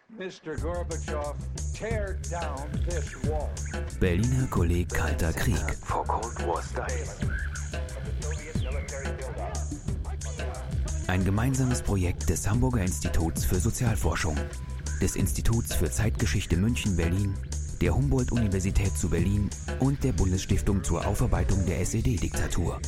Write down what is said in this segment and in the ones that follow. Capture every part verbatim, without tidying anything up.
Mister Gorbatschow, tear down this wall. Berliner Kolleg Kalter Krieg. For Cold War Style. Ein gemeinsames Projekt des Hamburger Instituts für Sozialforschung, des Instituts für Zeitgeschichte München-Berlin, der Humboldt-Universität zu Berlin und der Bundesstiftung zur Aufarbeitung der S E D-Diktatur.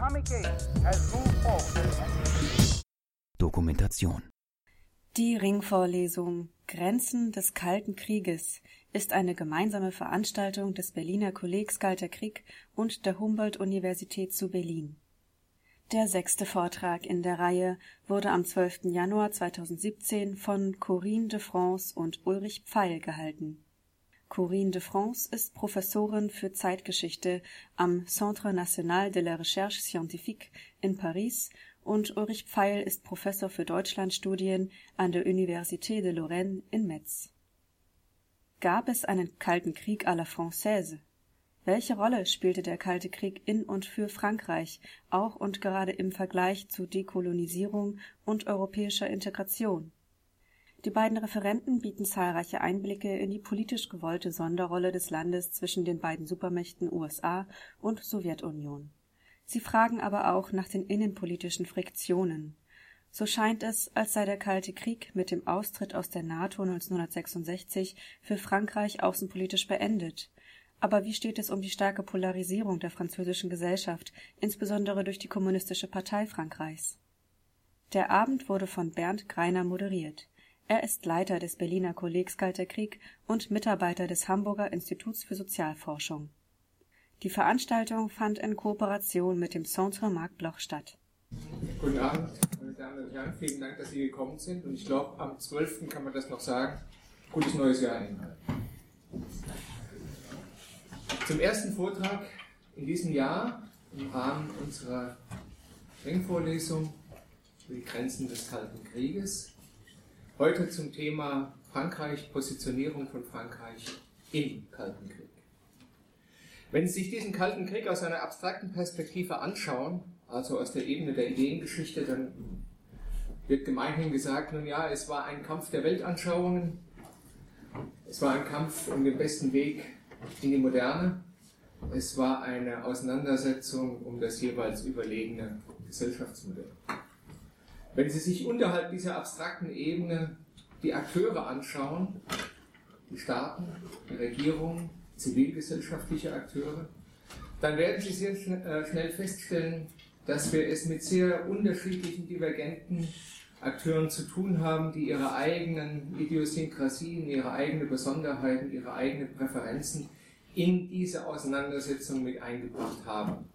Dokumentation. Die Ringvorlesung Grenzen des Kalten Krieges ist eine gemeinsame Veranstaltung des Berliner Kollegs Kalter Krieg und der Humboldt-Universität zu Berlin. Der sechste Vortrag in der Reihe wurde am zwölften Januar zweitausendsiebzehn von Corinne de France und Ulrich Pfeil gehalten. Corinne de France ist Professorin für Zeitgeschichte am Centre National de la Recherche Scientifique in Paris und Ulrich Pfeil ist Professor für Deutschlandstudien an der Université de Lorraine in Metz. Gab es einen Kalten Krieg à la Française? Welche Rolle spielte der Kalte Krieg in und für Frankreich, auch und gerade im Vergleich zu Dekolonisierung und europäischer Integration? Die beiden Referenten bieten zahlreiche Einblicke in die politisch gewollte Sonderrolle des Landes zwischen den beiden Supermächten U S A und Sowjetunion. Sie fragen aber auch nach den innenpolitischen Friktionen. So scheint es, als sei der Kalte Krieg mit dem Austritt aus der NATO neunzehnhundertsechsundsechzig für Frankreich außenpolitisch beendet. Aber wie steht es um die starke Polarisierung der französischen Gesellschaft, insbesondere durch die Kommunistische Partei Frankreichs? Der Abend wurde von Bernd Greiner moderiert. Er ist Leiter des Berliner Kollegs Kalter Krieg und Mitarbeiter des Hamburger Instituts für Sozialforschung. Die Veranstaltung fand in Kooperation mit dem Centre Marc Bloch statt. Guten Abend, meine Damen und Herren. Vielen Dank, dass Sie gekommen sind. Und ich glaube, am zwölften kann man das noch sagen. Gutes neues Jahr Ihnen. Zum ersten Vortrag in diesem Jahr im Rahmen unserer Ringvorlesung über die Grenzen des Kalten Krieges. Heute zum Thema Frankreich, Positionierung von Frankreich im Kalten Krieg. Wenn Sie sich diesen Kalten Krieg aus einer abstrakten Perspektive anschauen, also aus der Ebene der Ideengeschichte, dann wird gemeinhin gesagt, nun ja, es war ein Kampf der Weltanschauungen, es war ein Kampf um den besten Weg in die Moderne, es war eine Auseinandersetzung um das jeweils überlegene Gesellschaftsmodell. Wenn Sie sich unterhalb dieser abstrakten Ebene die Akteure anschauen, die Staaten, die Regierungen, zivilgesellschaftliche Akteure, dann werden Sie sehr schnell feststellen, dass wir es mit sehr unterschiedlichen, divergenten Akteuren zu tun haben, die ihre eigenen Idiosynkrasien, ihre eigenen Besonderheiten, ihre eigenen Präferenzen in diese Auseinandersetzung mit eingebracht haben.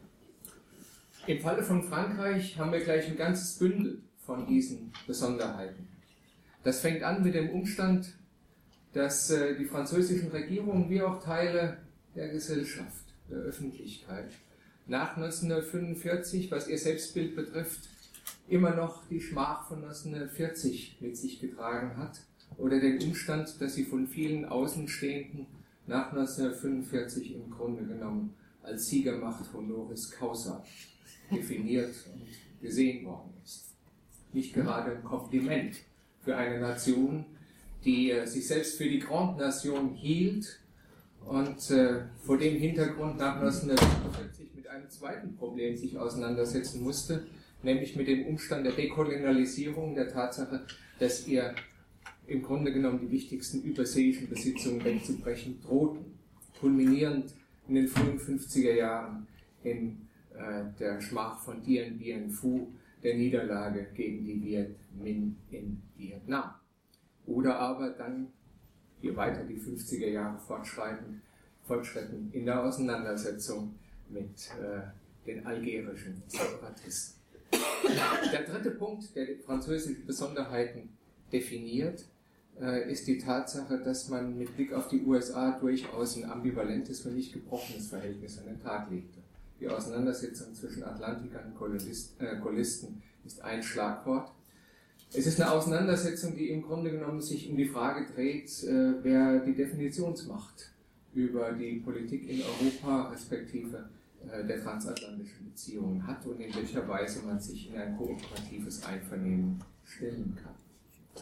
Im Falle von Frankreich haben wir gleich ein ganzes Bündel von diesen Besonderheiten. Das fängt an mit dem Umstand, dass die französischen Regierungen wie auch Teile der Gesellschaft, der Öffentlichkeit, nach neunzehnhundertfünfundvierzig, was ihr Selbstbild betrifft, immer noch die Schmach von neunzehnhundertvierzig mit sich getragen hat oder den Umstand, dass sie von vielen Außenstehenden nach neunzehnhundertfünfundvierzig im Grunde genommen als Siegermacht honoris causa definiert und gesehen worden ist. Nicht gerade ein Kompliment für eine Nation, die äh, sich selbst für die Grande Nation hielt und äh, vor dem Hintergrund nach neunzehnhundertfünfundvierzig mit einem zweiten Problem sich auseinandersetzen musste, nämlich mit dem Umstand der Dekolonialisierung, der Tatsache, dass ihr im Grunde genommen die wichtigsten überseeischen Besitzungen wegzubrechen drohten, kulminierend in den frühen fünfziger Jahren in äh, der Schmach von Dien Bien Phu, der Niederlage gegen die Viet Minh in Vietnam. Oder aber dann, je weiter die fünfziger Jahre fortschreiten, fortschreiten in der Auseinandersetzung mit äh, den algerischen Separatisten. Der dritte Punkt, der die französischen Besonderheiten definiert, äh, ist die Tatsache, dass man mit Blick auf die U S A durchaus ein ambivalentes, wenn nicht gebrochenes Verhältnis an den Tag legte. Die Auseinandersetzung zwischen Atlantikern und Kolonist, äh, Kolonisten ist ein Schlagwort. Es ist eine Auseinandersetzung, die im Grunde genommen sich um die Frage dreht, äh, wer die Definitionsmacht über die Politik in Europa respektive äh, der transatlantischen Beziehungen hat und in welcher Weise man sich in ein kooperatives Einvernehmen stellen kann.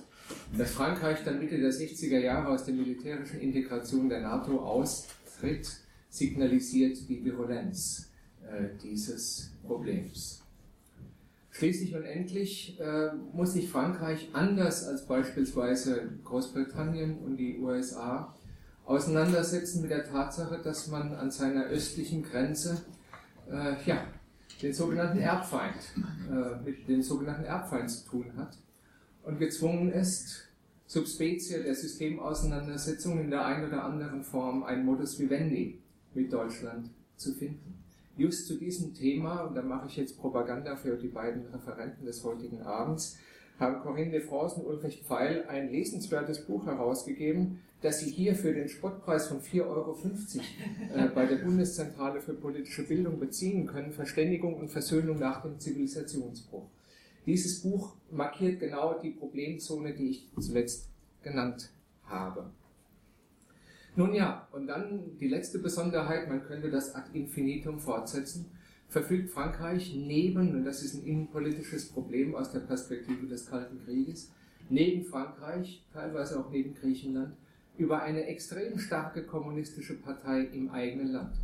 Dass Frankreich dann Mitte der sechziger Jahre aus der militärischen Integration der NATO austritt, signalisiert die Virulenz äh, dieses Problems. Schließlich und endlich äh, muss sich Frankreich anders als beispielsweise Großbritannien und die U S A auseinandersetzen mit der Tatsache, dass man an seiner östlichen Grenze äh, ja, den sogenannten Erbfeind, äh, mit dem sogenannten Erbfeind zu tun hat und gezwungen ist, subspezie der Systemauseinandersetzung in der einen oder anderen Form ein Modus vivendi mit Deutschland zu finden. Just zu diesem Thema, und da mache ich jetzt Propaganda für die beiden Referenten des heutigen Abends, haben Corinne de France und Ulrich Pfeil ein lesenswertes Buch herausgegeben, das Sie hier für den Spottpreis von vier Euro fünfzig äh, bei der Bundeszentrale für politische Bildung beziehen können, Verständigung und Versöhnung nach dem Zivilisationsbruch. Dieses Buch markiert genau die Problemzone, die ich zuletzt genannt habe. Nun ja, und dann die letzte Besonderheit, man könnte das ad infinitum fortsetzen, verfügt Frankreich neben, und das ist ein innenpolitisches Problem aus der Perspektive des Kalten Krieges, neben Frankreich, teilweise auch neben Griechenland, über eine extrem starke kommunistische Partei im eigenen Land.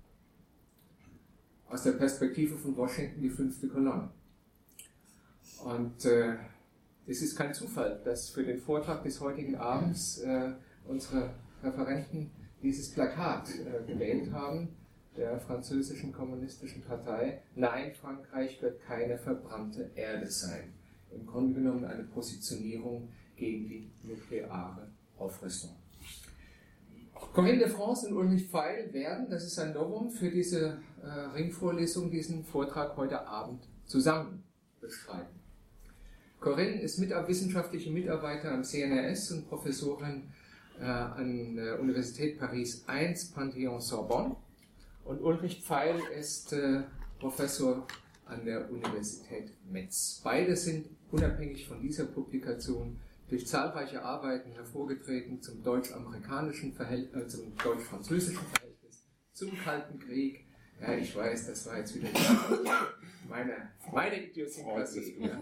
Aus der Perspektive von Washington die fünfte Kolonne. Und äh, es ist kein Zufall, dass für den Vortrag des heutigen Abends äh, unsere Referenten dieses Plakat äh, gewählt haben, der französischen kommunistischen Partei. Nein, Frankreich wird keine verbrannte Erde sein. Im Grunde genommen eine Positionierung gegen die nukleare Aufrüstung. Corinne de France und Ulrich Pfeil werden, das ist ein Novum, für diese äh, Ringvorlesung diesen Vortrag heute Abend zusammen bestreiten. Corinne ist mit, wissenschaftliche Mitarbeiter am C N R S und Professorin äh, an der Universität Paris eins, Panthéon-Sorbonne. Und Ulrich Pfeil ist äh, Professor an der Universität Metz. Beide sind unabhängig von dieser Publikation durch zahlreiche Arbeiten hervorgetreten zum deutsch-amerikanischen Verhältnis, äh, zum deutsch-französischen Verhältnis, zum Kalten Krieg. Ja, ich weiß, das war jetzt wieder meine, meine Idiosynkrasie. Ja,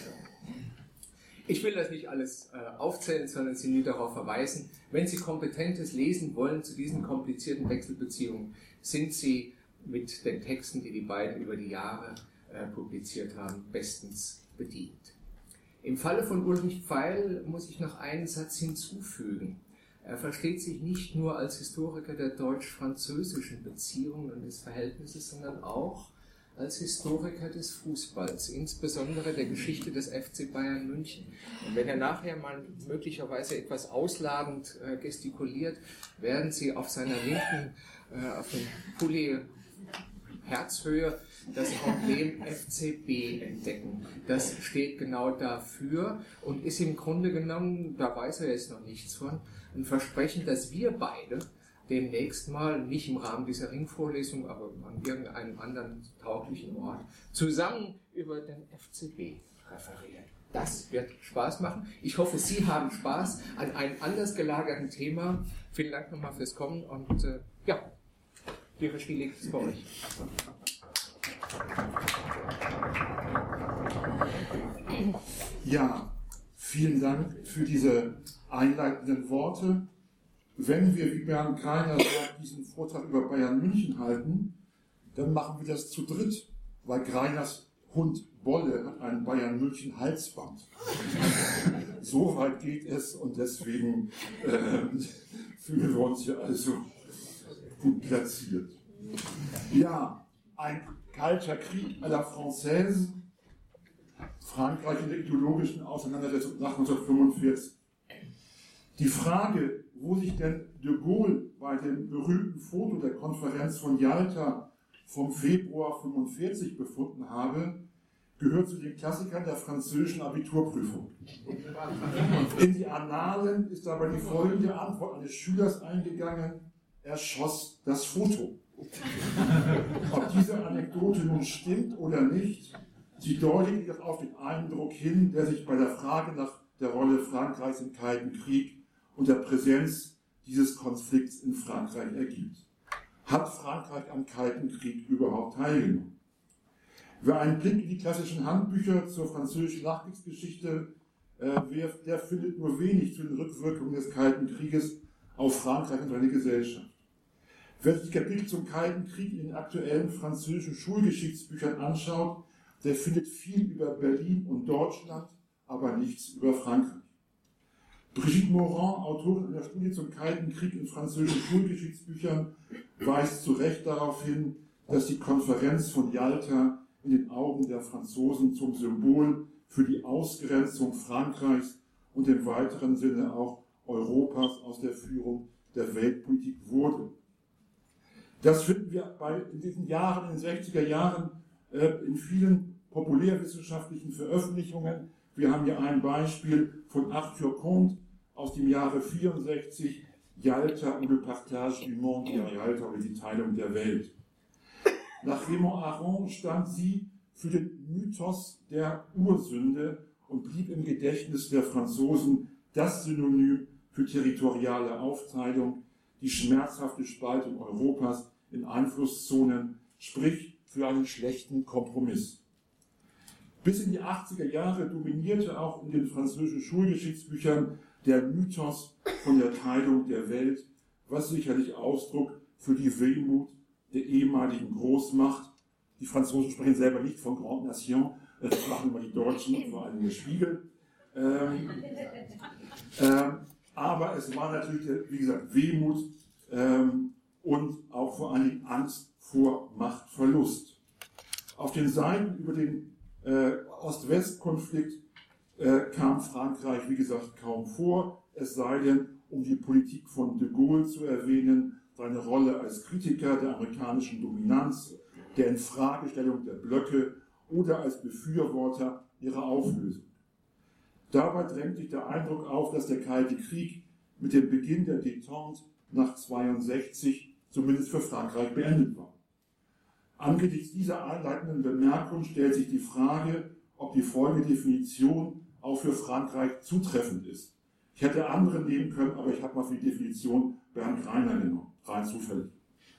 ich will das nicht alles äh, aufzählen, sondern Sie nur darauf verweisen, wenn Sie Kompetentes lesen wollen zu diesen komplizierten Wechselbeziehungen, sind Sie mit den Texten, die die beiden über die Jahre äh, publiziert haben, bestens bedient. Im Falle von Ulrich Pfeil muss ich noch einen Satz hinzufügen. Er versteht sich nicht nur als Historiker der deutsch-französischen Beziehungen und des Verhältnisses, sondern auch als Historiker des Fußballs, insbesondere der Geschichte des F C Bayern München. Und wenn er nachher mal möglicherweise etwas ausladend äh, gestikuliert, werden Sie auf seiner linken, äh, auf dem Pulli Herzhöhe das Emblem F C B entdecken. Das steht genau dafür und ist im Grunde genommen, da weiß er jetzt noch nichts von, ein Versprechen, dass wir beide demnächst mal, nicht im Rahmen dieser Ringvorlesung, aber an irgendeinem anderen tauglichen Ort, zusammen über den F C B referieren. Das wird Spaß machen. Ich hoffe, Sie haben Spaß an einem anders gelagerten Thema. Vielen Dank nochmal fürs Kommen und äh, ja, die Regie liegt vor euch. Ja, vielen Dank für diese einleitenden Worte. Wenn wir, wie Bernd Greiner sagt, diesen Vortrag über Bayern München halten, dann machen wir das zu dritt, weil Greiners Hund Bolle hat ein Bayern München Halsband. So weit geht es und deswegen äh, fühlen wir uns hier also gut platziert. Ja, ein kalter Krieg à la Française, Frankreich in der ideologischen Auseinandersetzung nach neunzehnhundertfünfundvierzig. Die Frage, wo sich denn de Gaulle bei dem berühmten Foto der Konferenz von Jalta vom Februar fünfundvierzig befunden habe, gehört zu den Klassikern der französischen Abiturprüfung. In die Annalen ist dabei die folgende Antwort eines Schülers eingegangen: Er schoss das Foto. Ob diese Anekdote nun stimmt oder nicht, sie deutet jedoch auf den Eindruck hin, der sich bei der Frage nach der Rolle Frankreichs im Kalten Krieg und der Präsenz dieses Konflikts in Frankreich ergibt. Hat Frankreich am Kalten Krieg überhaupt teilgenommen? Wer einen Blick in die klassischen Handbücher zur französischen Nachkriegsgeschichte äh, der findet nur wenig zu den Rückwirkungen des Kalten Krieges auf Frankreich und seine Gesellschaft. Wer sich die Kapitel zum Kalten Krieg in den aktuellen französischen Schulgeschichtsbüchern anschaut, der findet viel über Berlin und Deutschland, aber nichts über Frankreich. Brigitte Morand, Autorin einer Studie zum Kalten Krieg in französischen Schulgeschichtsbüchern, weist zu Recht darauf hin, dass die Konferenz von Jalta in den Augen der Franzosen zum Symbol für die Ausgrenzung Frankreichs und im weiteren Sinne auch Europas aus der Führung der Weltpolitik wurde. Das finden wir bei, in diesen Jahren, in den sechziger Jahren, äh, in vielen populärwissenschaftlichen Veröffentlichungen. Wir haben hier ein Beispiel von Arthur Comte aus dem Jahre vierundsechzig, Jalta ou le partage du monde, Jalta oder die Teilung der Welt. Nach Raymond Aron stand sie für den Mythos der Ursünde und blieb im Gedächtnis der Franzosen das Synonym für territoriale Aufteilung, die schmerzhafte Spaltung Europas in Einflusszonen, sprich für einen schlechten Kompromiss. Bis in die achtziger Jahre dominierte auch in den französischen Schulgeschichtsbüchern der Mythos von der Teilung der Welt, was sicherlich Ausdruck für die Wehmut der ehemaligen Großmacht. Die Franzosen sprechen selber nicht von Grande Nation, das machen immer die Deutschen, vor allem der Spiegel. Ähm, ähm, aber es war natürlich, wie gesagt, Wehmut ähm, und auch vor allen Dingen Angst vor Machtverlust. Auf den Seiten über den äh, Ost-West-Konflikt äh, kam Frankreich, wie gesagt, kaum vor, es sei denn, um die Politik von de Gaulle zu erwähnen, seine Rolle als Kritiker der amerikanischen Dominanz, der Infragestellung der Blöcke oder als Befürworter ihrer Auflösung. Dabei drängt sich der Eindruck auf, dass der Kalte Krieg mit dem Beginn der Détente nach zweiundsechzig zumindest für Frankreich beendet war. Angesichts dieser einleitenden Bemerkung stellt sich die Frage, ob die folgende Definition auch für Frankreich zutreffend ist. Ich hätte andere nehmen können, aber ich habe mal für die Definition Bernd Greiner genommen, rein zufällig.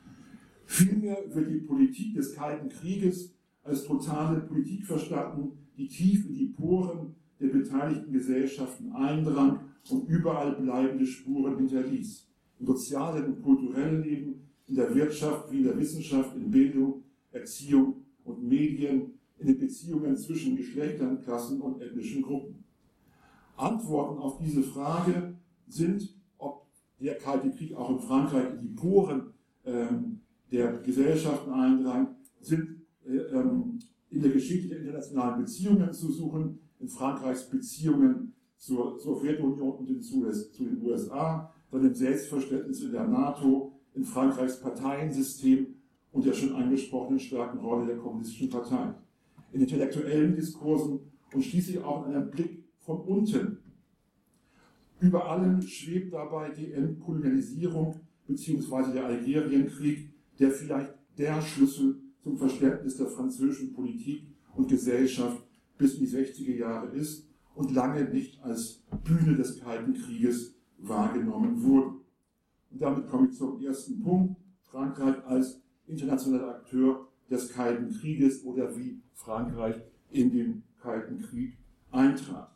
Vielmehr wird die Politik des Kalten Krieges als totale Politik verstanden, die tief in die Poren der beteiligten Gesellschaften eindrang und überall bleibende Spuren hinterließ. Im sozialen und kulturellen Leben, in der Wirtschaft wie in der Wissenschaft, in Bildung, Erziehung und Medien, in den Beziehungen zwischen Geschlechtern, Klassen und ethnischen Gruppen. Antworten auf diese Frage sind, ob der Kalte Krieg auch in Frankreich in die Poren ähm, der Gesellschaften eindrang, sind äh, ähm, in der Geschichte der internationalen Beziehungen zu suchen, in Frankreichs Beziehungen zur Sowjetunion und den, zu, zu den U S A, dann im Selbstverständnis in der NATO, in Frankreichs Parteiensystem und der schon angesprochenen starken Rolle der kommunistischen Partei, in intellektuellen Diskursen und schließlich auch in einem Blick von unten. Über allem schwebt dabei die Entkolonialisierung bzw. der Algerienkrieg, der vielleicht der Schlüssel zum Verständnis der französischen Politik und Gesellschaft bis in die sechziger Jahre ist und lange nicht als Bühne des Kalten Krieges wahrgenommen wurde. Und damit komme ich zum ersten Punkt, Frankreich als internationaler Akteur des Kalten Krieges oder wie Frankreich in den Kalten Krieg eintrat.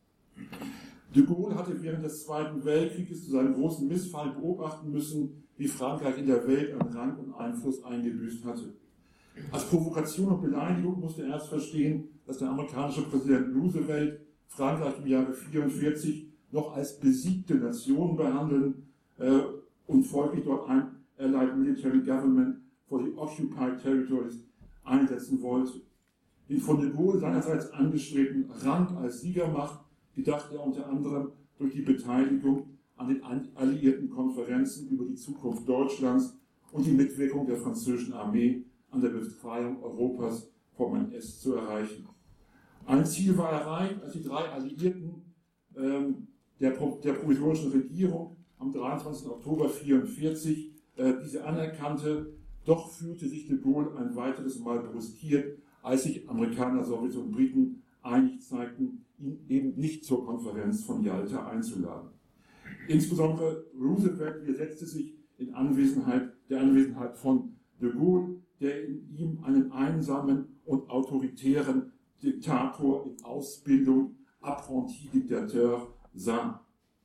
De Gaulle hatte während des Zweiten Weltkrieges zu seinem großen Missfallen beobachten müssen, wie Frankreich in der Welt an Rang und Einfluss eingebüßt hatte. Als Provokation und Beleidigung musste er erst verstehen, dass der amerikanische Präsident Roosevelt Frankreich im Jahre neunzehnhundertvierundvierzig noch als besiegte Nation behandeln äh, und folglich dort ein Allied Military Government for the Occupied Territories einsetzen wollte. Den von de Gaulle seinerseits angestrebten Rang als Siegermacht gedachte er unter anderem durch die Beteiligung an den alliierten Konferenzen über die Zukunft Deutschlands und die Mitwirkung der französischen Armee an der Befreiung Europas vom N S zu erreichen. Ein Ziel war erreicht, als die drei Alliierten ähm, der, der provisorischen Regierung am dreiundzwanzigsten Oktober neunzehnhundertvierundvierzig äh, diese anerkannte, doch fühlte sich de Gaulle ein weiteres Mal brüskiert, als sich Amerikaner, Sowjets und Briten einig zeigten, ihn eben nicht zur Konferenz von Jalta einzuladen. Insbesondere Roosevelt widersetzte sich in Anwesenheit, der Anwesenheit von de Gaulle, der in ihm einen einsamen und autoritären Diktator in Ausbildung Apprenti Diktateur sah.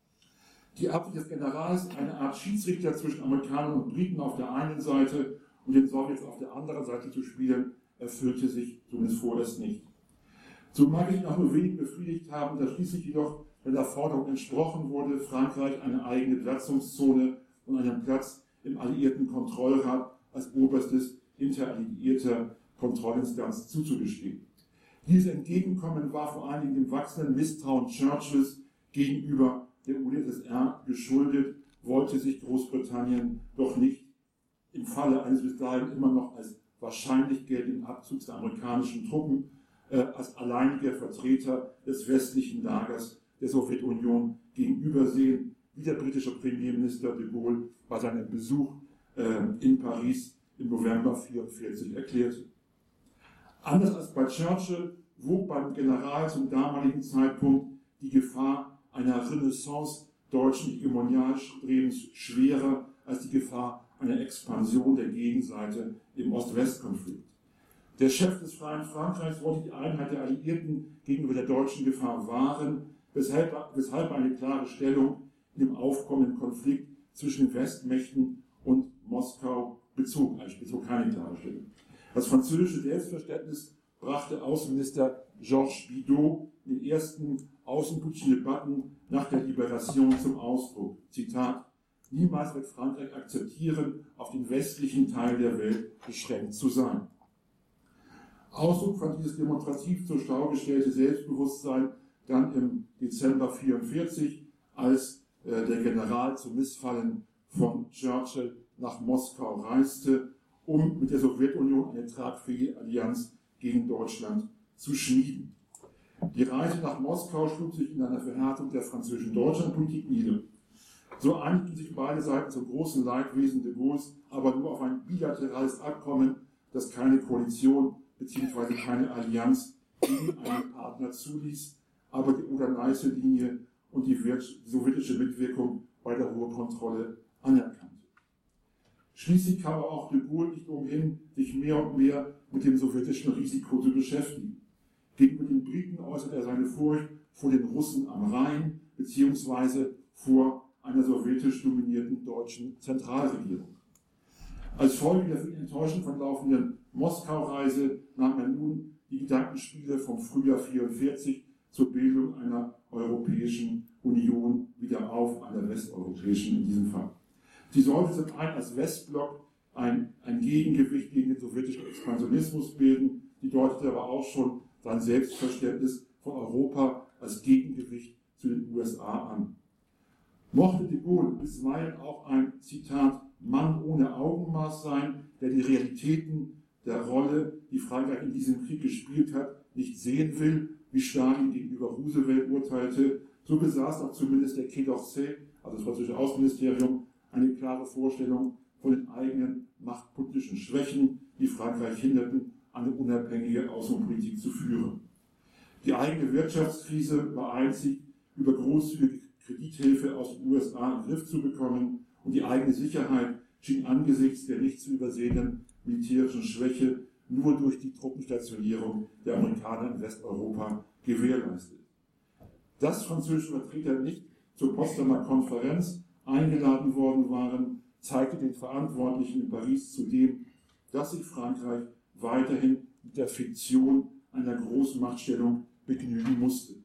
Die Absicht des Generals, eine Art Schiedsrichter zwischen Amerikanern und Briten auf der einen Seite und den Sowjets auf der anderen Seite zu spielen, erfüllte sich zumindest vorerst nicht. So mag ich noch nur wenig befriedigt haben, dass schließlich jedoch der Forderung entsprochen wurde, Frankreich eine eigene Besatzungszone und einen Platz im alliierten Kontrollrat als oberstes interalliierter Kontrollinstanz zuzugestehen. Dieses Entgegenkommen war vor allen Dingen dem wachsenden Misstrauen Churchills gegenüber der U d S S R geschuldet, wollte sich Großbritannien doch nicht im Falle eines bis dahin immer noch als wahrscheinlich geltenden Abzugs der amerikanischen Truppen äh, als alleiniger Vertreter des westlichen Lagers der Sowjetunion gegenübersehen, wie der britische Premierminister de Gaulle bei seinem Besuch äh, in Paris im November neunzehnhundertvierundvierzig erklärte. Anders als bei Churchill wog beim General zum damaligen Zeitpunkt die Gefahr einer Renaissance deutschen Hegemonialstrebens schwerer als die Gefahr einer Expansion der Gegenseite im Ost-West-Konflikt. Der Chef des Freien Frankreichs wollte die Einheit der Alliierten gegenüber der deutschen Gefahr wahren, weshalb, weshalb eine klare Stellung in dem aufkommenden Konflikt zwischen den Westmächten und Moskau bezog. Ich bezog keine klare Stellung. Das französische Selbstverständnis brachte Außenminister Georges Bidault in den ersten außenpolitischen Debatten nach der Liberation zum Ausdruck. Zitat: Niemals wird Frankreich akzeptieren, auf den westlichen Teil der Welt beschränkt zu sein. Ausdruck fand dieses demonstrativ zur Schau gestellte Selbstbewusstsein dann im Dezember neunzehnhundertvierundvierzig, als äh, der General zum Missfallen von Churchill nach Moskau reiste, um mit der Sowjetunion eine tragfähige Allianz gegen Deutschland zu schmieden. Die Reise nach Moskau schlug sich in einer Verhärtung der französischen Deutschlandpolitik nieder. So einigten sich beide Seiten zum großen Leidwesen de Gaulles, aber nur auf ein bilaterales Abkommen, das keine Koalition bzw. keine Allianz gegen einen Partner zuließ, aber die Oder-Neiße-Linie und die sowjetische Mitwirkung bei der Ruhrkontrolle anerkannte. Schließlich kam aber auch de Gaulle nicht umhin, sich mehr und mehr mit dem sowjetischen Risiko zu beschäftigen. Gegenüber den Briten äußerte er seine Furcht vor den Russen am Rhein bzw. vor einer sowjetisch dominierten deutschen Zentralregierung. Als Folge der für ihn enttäuschend verlaufenden Moskau-Reise nahm er nun die Gedankenspiele vom Frühjahr neunzehnhundertvierundvierzig zur Bildung einer Europäischen Union wieder auf, einer westeuropäischen in diesem Fall. Sie sollte zum einen als Westblock ein, ein Gegengewicht gegen den sowjetischen Expansionismus bilden, die deutete aber auch schon sein Selbstverständnis von Europa als Gegengewicht zu den U S A an. Mochte de Gaulle bisweilen auch ein, Zitat, Mann ohne Augenmaß sein, der die Realitäten der Rolle, die Frankreich in diesem Krieg gespielt hat, nicht sehen will, wie Stalin gegenüber Roosevelt urteilte, so besaß auch zumindest der Quai d'Orsay, also das französische Außenministerium, eine klare Vorstellung von den eigenen machtpolitischen Schwächen, die Frankreich hinderten, eine unabhängige Außenpolitik zu führen. Die eigene Wirtschaftskrise war einzig über großzügige Kredithilfe aus den U S A in den Griff zu bekommen und die eigene Sicherheit schien angesichts der nicht zu übersehenden militärischen Schwäche nur durch die Truppenstationierung der Amerikaner in Westeuropa gewährleistet. Dass französische Vertreter nicht zur Potsdamer Konferenz eingeladen worden waren, zeigte den Verantwortlichen in Paris zudem, dass sich Frankreich weiterhin mit der Fiktion einer Großmachtstellung begnügen musste.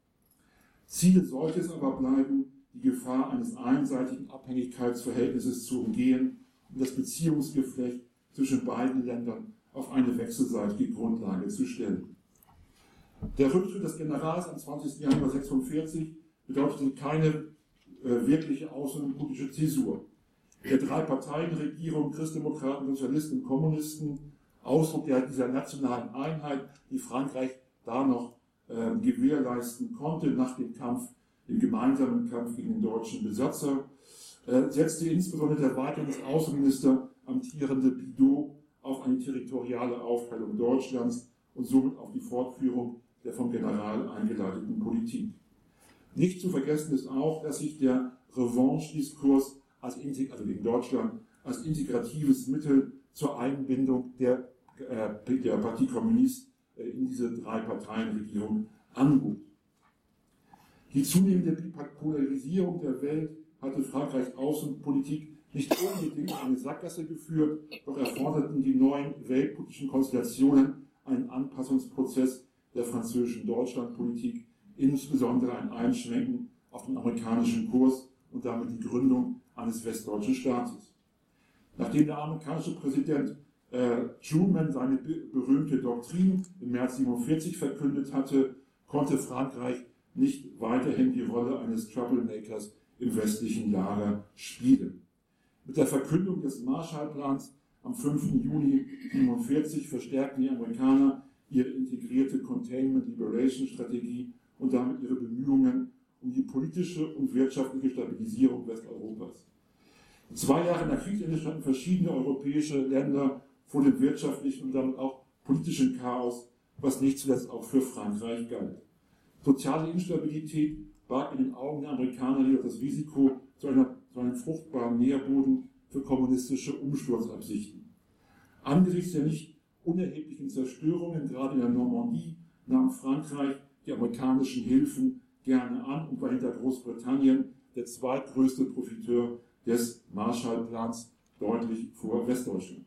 Ziel sollte es aber bleiben, die Gefahr eines einseitigen Abhängigkeitsverhältnisses zu umgehen und das Beziehungsgeflecht zwischen beiden Ländern auf eine wechselseitige Grundlage zu stellen. Der Rücktritt des Generals am zwanzigsten Januar neunzehnhundertsechsundvierzig bedeutete keine äh, wirkliche außenpolitische Zäsur. Der Drei-Parteien-Regierung, Christdemokraten, Sozialisten und Kommunisten, Ausdruck der, dieser nationalen Einheit, die Frankreich da noch äh, gewährleisten konnte nach dem Kampf, dem gemeinsamen Kampf gegen den deutschen Besatzer, äh, setzte insbesondere der weiterhin als Außenminister amtierende Bidault auf eine territoriale Aufteilung Deutschlands und somit auf die Fortführung der vom General eingeleiteten Politik. Nicht zu vergessen ist auch, dass sich der Revanche-Diskurs als, also gegen Deutschland als integratives Mittel zur Einbindung der, äh, der Parti Communiste äh, in diese Drei-Parteien-Regierung anbot. Die zunehmende Bipolarisierung der Welt hatte Frankreichs Außenpolitik nicht unbedingt in eine Sackgasse geführt, doch erforderten die neuen weltpolitischen Konstellationen einen Anpassungsprozess der französischen Deutschlandpolitik, insbesondere ein Einschränken auf den amerikanischen Kurs und damit die Gründung eines westdeutschen Staates. Nachdem der amerikanische Präsident äh, Truman seine be berühmte Doktrin im März siebenundvierzig verkündet hatte, konnte Frankreich nicht weiterhin die Rolle eines Troublemakers im westlichen Lager spielen. Mit der Verkündung des Marshallplans am fünften Juni siebenundvierzig verstärkten die Amerikaner ihre integrierte Containment-Liberation-Strategie und damit ihre Bemühungen um die politische und wirtschaftliche Stabilisierung Westeuropas. Zwei Jahre nach Kriegsende standen verschiedene europäische Länder vor dem wirtschaftlichen und damit auch politischen Chaos, was nicht zuletzt auch für Frankreich galt. Soziale Instabilität barg in den Augen der Amerikaner jedoch das Risiko zu, einer, zu einem fruchtbaren Nährboden für kommunistische Umsturzabsichten. Angesichts der nicht unerheblichen Zerstörungen, gerade in der Normandie, nahm Frankreich die amerikanischen Hilfen gerne an und war hinter Großbritannien der zweitgrößte Profiteur des Marshallplans, deutlich vor Westdeutschland.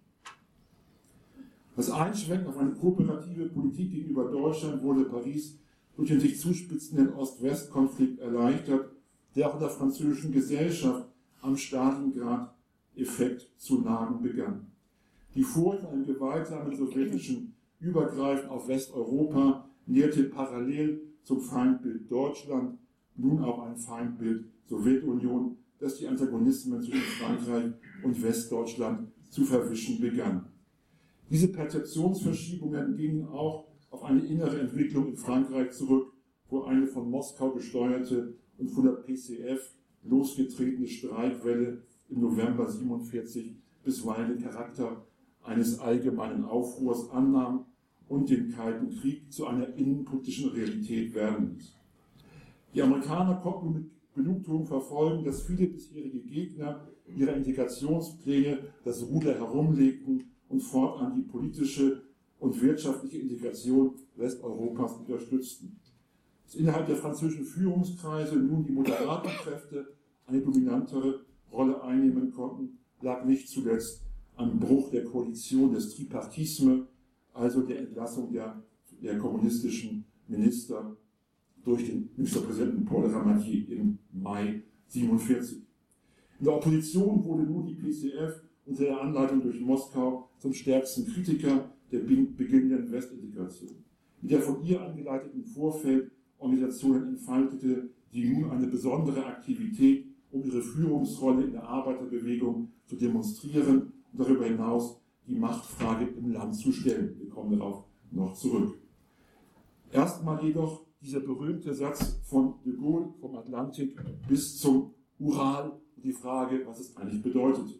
Das Einschwenken auf eine kooperative Politik gegenüber Deutschland wurde Paris durch den sich zuspitzenden Ost-West-Konflikt erleichtert, der auch in der französischen Gesellschaft am Stalingrad-Effekt zu nagen begann. Die Furcht vor einem gewaltsamen sowjetischen Übergreifen auf Westeuropa nährte parallel zum Feindbild Deutschland nun auch ein Feindbild Sowjetunion, das die Antagonismen zwischen Frankreich und Westdeutschland zu verwischen begann. Diese Perzeptionsverschiebungen gingen auch auf eine innere Entwicklung in Frankreich zurück, wo eine von Moskau gesteuerte und von der P C F losgetretene Streikwelle im November siebenundvierzig bisweilen den Charakter eines allgemeinen Aufruhrs annahm und den Kalten Krieg zu einer innenpolitischen Realität werden ließ. Die Amerikaner konnten mit Genugtuung verfolgen, dass viele bisherige Gegner ihrer Integrationspläne das Ruder herumlegten und fortan die politische und wirtschaftliche Integration Westeuropas unterstützten. Dass innerhalb der französischen Führungskreise nun die moderaten Kräfte eine dominantere Rolle einnehmen konnten, lag nicht zuletzt am Bruch der Koalition des Tripartisme, also der Entlassung der, der kommunistischen Minister durch den Ministerpräsidenten Paul Ramadier im Mai siebenundvierzig. In der Opposition wurde nun die P C F unter der Anleitung durch Moskau zum stärksten Kritiker der beginnenden Westintegration. Mit der von ihr angeleiteten Vorfeldorganisation entfaltete sie nun eine besondere Aktivität, um ihre Führungsrolle in der Arbeiterbewegung zu demonstrieren und darüber hinaus die Machtfrage im Land zu stellen. Wir kommen darauf noch zurück. Erstmal jedoch dieser berühmte Satz von de Gaulle vom Atlantik bis zum Ural und die Frage, was es eigentlich bedeutete.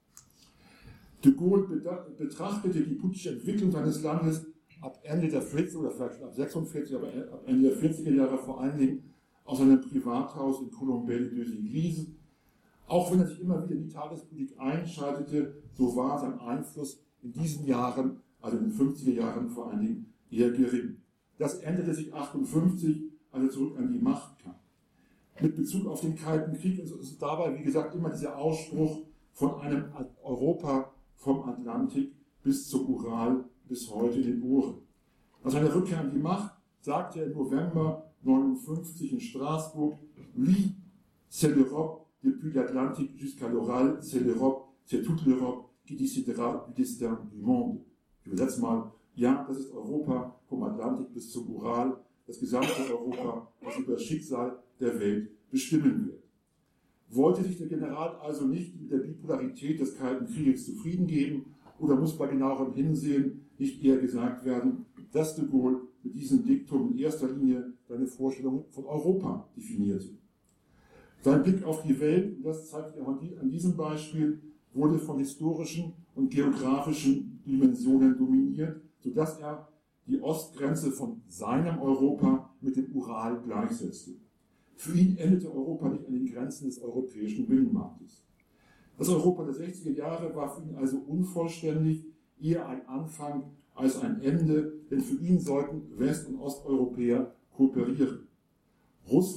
De Gaulle betrachtete die politische Entwicklung seines Landes ab Ende der vierziger oder vielleicht schon ab sechsundvierzig, aber ab Ende der vierziger Jahre vor allen Dingen aus seinem Privathaus in Colombey-les-Églises. Auch wenn er sich immer wieder in die Tagespolitik einschaltete, so war sein Einfluss in diesen Jahren, also in den fünfziger Jahren vor allen Dingen, eher gering. Das änderte sich achtundfünfzig, als er zurück an die Macht kam. Mit Bezug auf den Kalten Krieg ist es dabei, wie gesagt, immer dieser Ausspruch von einem Europa vom Atlantik bis zum Ural bis heute in den Ohren. Nach seiner Rückkehr an die Macht sagte er im November neunundfünfzig in Straßburg: Oui, c'est l'Europe depuis l'Atlantique jusqu'à l'Oral, c'est l'Europe, c'est toute l'Europe qui décidera du destin du monde. Ich übersetze mal: Ja, das ist Europa vom Atlantik bis zum Ural, das gesamte Europa, das über das Schicksal der Welt bestimmen wird. Wollte sich der General also nicht mit der Bipolarität des Kalten Krieges zufrieden geben, oder muss bei genauerem Hinsehen nicht eher gesagt werden, dass de Gaulle mit diesem Diktum in erster Linie seine Vorstellung von Europa definierte? Sein Blick auf die Welt, und das zeigt sich auch an diesem Beispiel, wurde von historischen und geografischen Dimensionen dominiert, sodass er die Ostgrenze von seinem Europa mit dem Ural gleichsetzte. Für ihn endete Europa nicht an den Grenzen des europäischen Binnenmarktes. Das Europa der sechziger Jahre war für ihn also unvollständig, eher ein Anfang als ein Ende, denn für ihn sollten West- und Osteuropäer kooperieren. Russland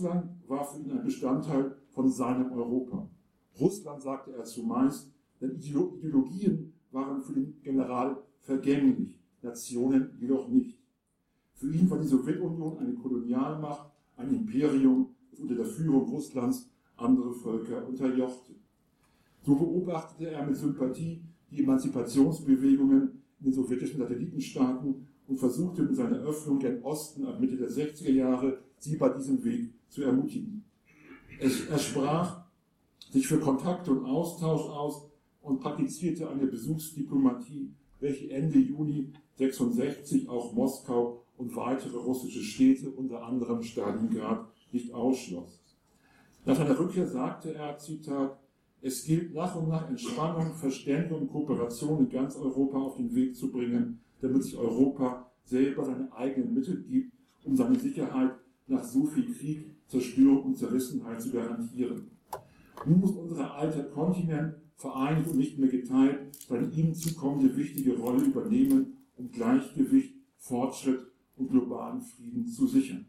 war für ihn ein Bestandteil von seinem Europa. Russland, sagte er zumeist, denn Ideologien waren für den General vergänglich, Nationen jedoch nicht. Für ihn war die Sowjetunion eine Kolonialmacht, ein Imperium, das unter der Führung Russlands andere Völker unterjochte. So beobachtete er mit Sympathie die Emanzipationsbewegungen in den sowjetischen Satellitenstaaten und versuchte mit seiner Öffnung gen Osten ab Mitte der sechziger Jahre sie bei diesem Weg zu ermutigen. Er sprach sich für Kontakte und Austausch aus und praktizierte eine Besuchsdiplomatie, welche Ende Juni sechsundsechzig auch Moskau und weitere russische Städte, unter anderem Stalingrad, nicht ausschloss. Nach seiner Rückkehr sagte er, Zitat, es gilt nach und nach Entspannung, Verständigung und Kooperation in ganz Europa auf den Weg zu bringen, damit sich Europa selber seine eigenen Mittel gibt, um seine Sicherheit nach so viel Krieg, Zerstörung und Zerrissenheit zu garantieren. Nun muss unser alter Kontinent, vereinigt und nicht mehr geteilt, seine ihm zukommende wichtige Rolle übernehmen, um Gleichgewicht, Fortschritt und globalen Frieden zu sichern.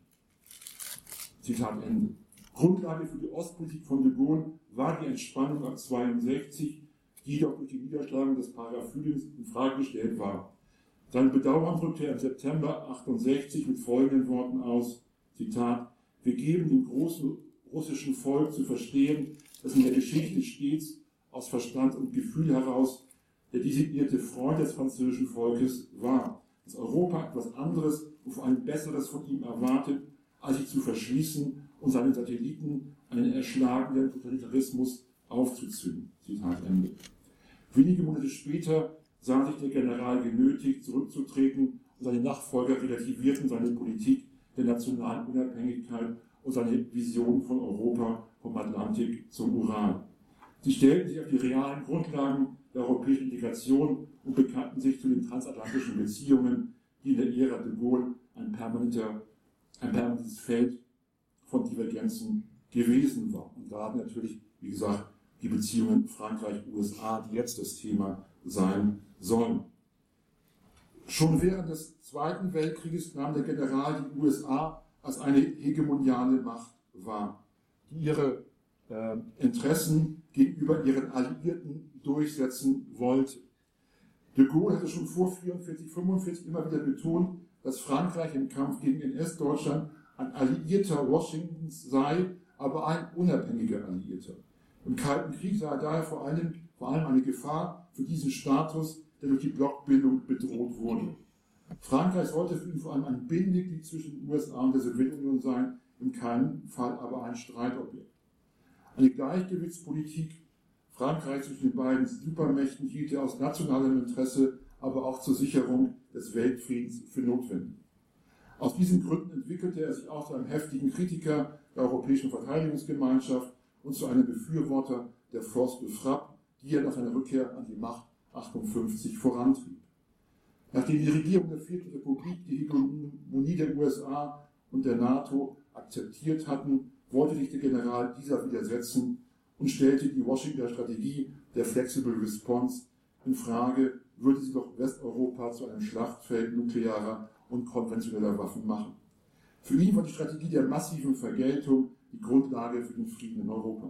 Zitat Ende. Grundlage für die Ostpolitik von de Gaulle war die Entspannung ab zweiundsechzig, die jedoch durch die Niederschlagung des Paraphylins in Frage gestellt war. Sein Bedauern drückte er im September achtundsechzig mit folgenden Worten aus, Zitat, wir geben dem großen russischen Volk zu verstehen, dass in der Geschichte stets aus Verstand und Gefühl heraus der designierte Freund des französischen Volkes war, dass Europa etwas anderes und vor allem Besseres von ihm erwartet, als sich zu verschließen und seinen Satelliten einen erschlagenden Totalitarismus aufzuzwingen. Zitat Ende. Wenige Monate später sah sich der General genötigt, zurückzutreten und seine Nachfolger relativierten seine Politik der nationalen Unabhängigkeit und seine Vision von Europa vom Atlantik zum Ural. Sie stellten sich auf die realen Grundlagen der europäischen Integration und bekannten sich zu den transatlantischen Beziehungen, die in der Ära de Gaulle ein, permanenter, ein permanentes Feld von Divergenzen gewesen war. Und gerade natürlich, wie gesagt, die Beziehungen Frankreich-U S A, die jetzt das Thema sein sollen. Schon während des Zweiten Weltkrieges nahm der General die U S A als eine hegemoniale Macht wahr, die ihre äh, Interessen gegenüber ihren Alliierten durchsetzen wollte. De Gaulle hatte schon vor vierundvierzig, fünfundvierzig immer wieder betont, dass Frankreich im Kampf gegen N S-Deutschland ein Alliierter Washingtons sei, aber ein unabhängiger Alliierter. Im Kalten Krieg sah er daher vor allem, vor allem eine Gefahr für diesen Status, der durch die Blockbildung bedroht wurde. Frankreich sollte für ihn vor allem ein Bindeglied zwischen den U S A und der Sowjetunion sein, in keinem Fall aber ein Streitobjekt. Eine Gleichgewichtspolitik Frankreichs zwischen den beiden Supermächten hielt er aus nationalem Interesse, aber auch zur Sicherung des Weltfriedens für notwendig. Aus diesen Gründen entwickelte er sich auch zu einem heftigen Kritiker der Europäischen Verteidigungsgemeinschaft und zu einem Befürworter der Force de Frappe, die er nach seiner Rückkehr an die Macht achtundfünfzig vorantrieb. Nachdem die Regierung der Vierten Republik die Hegemonie der U S A und der NATO akzeptiert hatten, wollte sich der General dieser widersetzen und stellte die Washingtoner Strategie der Flexible Response in Frage, würde sie doch Westeuropa zu einem Schlachtfeld nuklearer und konventioneller Waffen machen. Für ihn war die Strategie der massiven Vergeltung die Grundlage für den Frieden in Europa.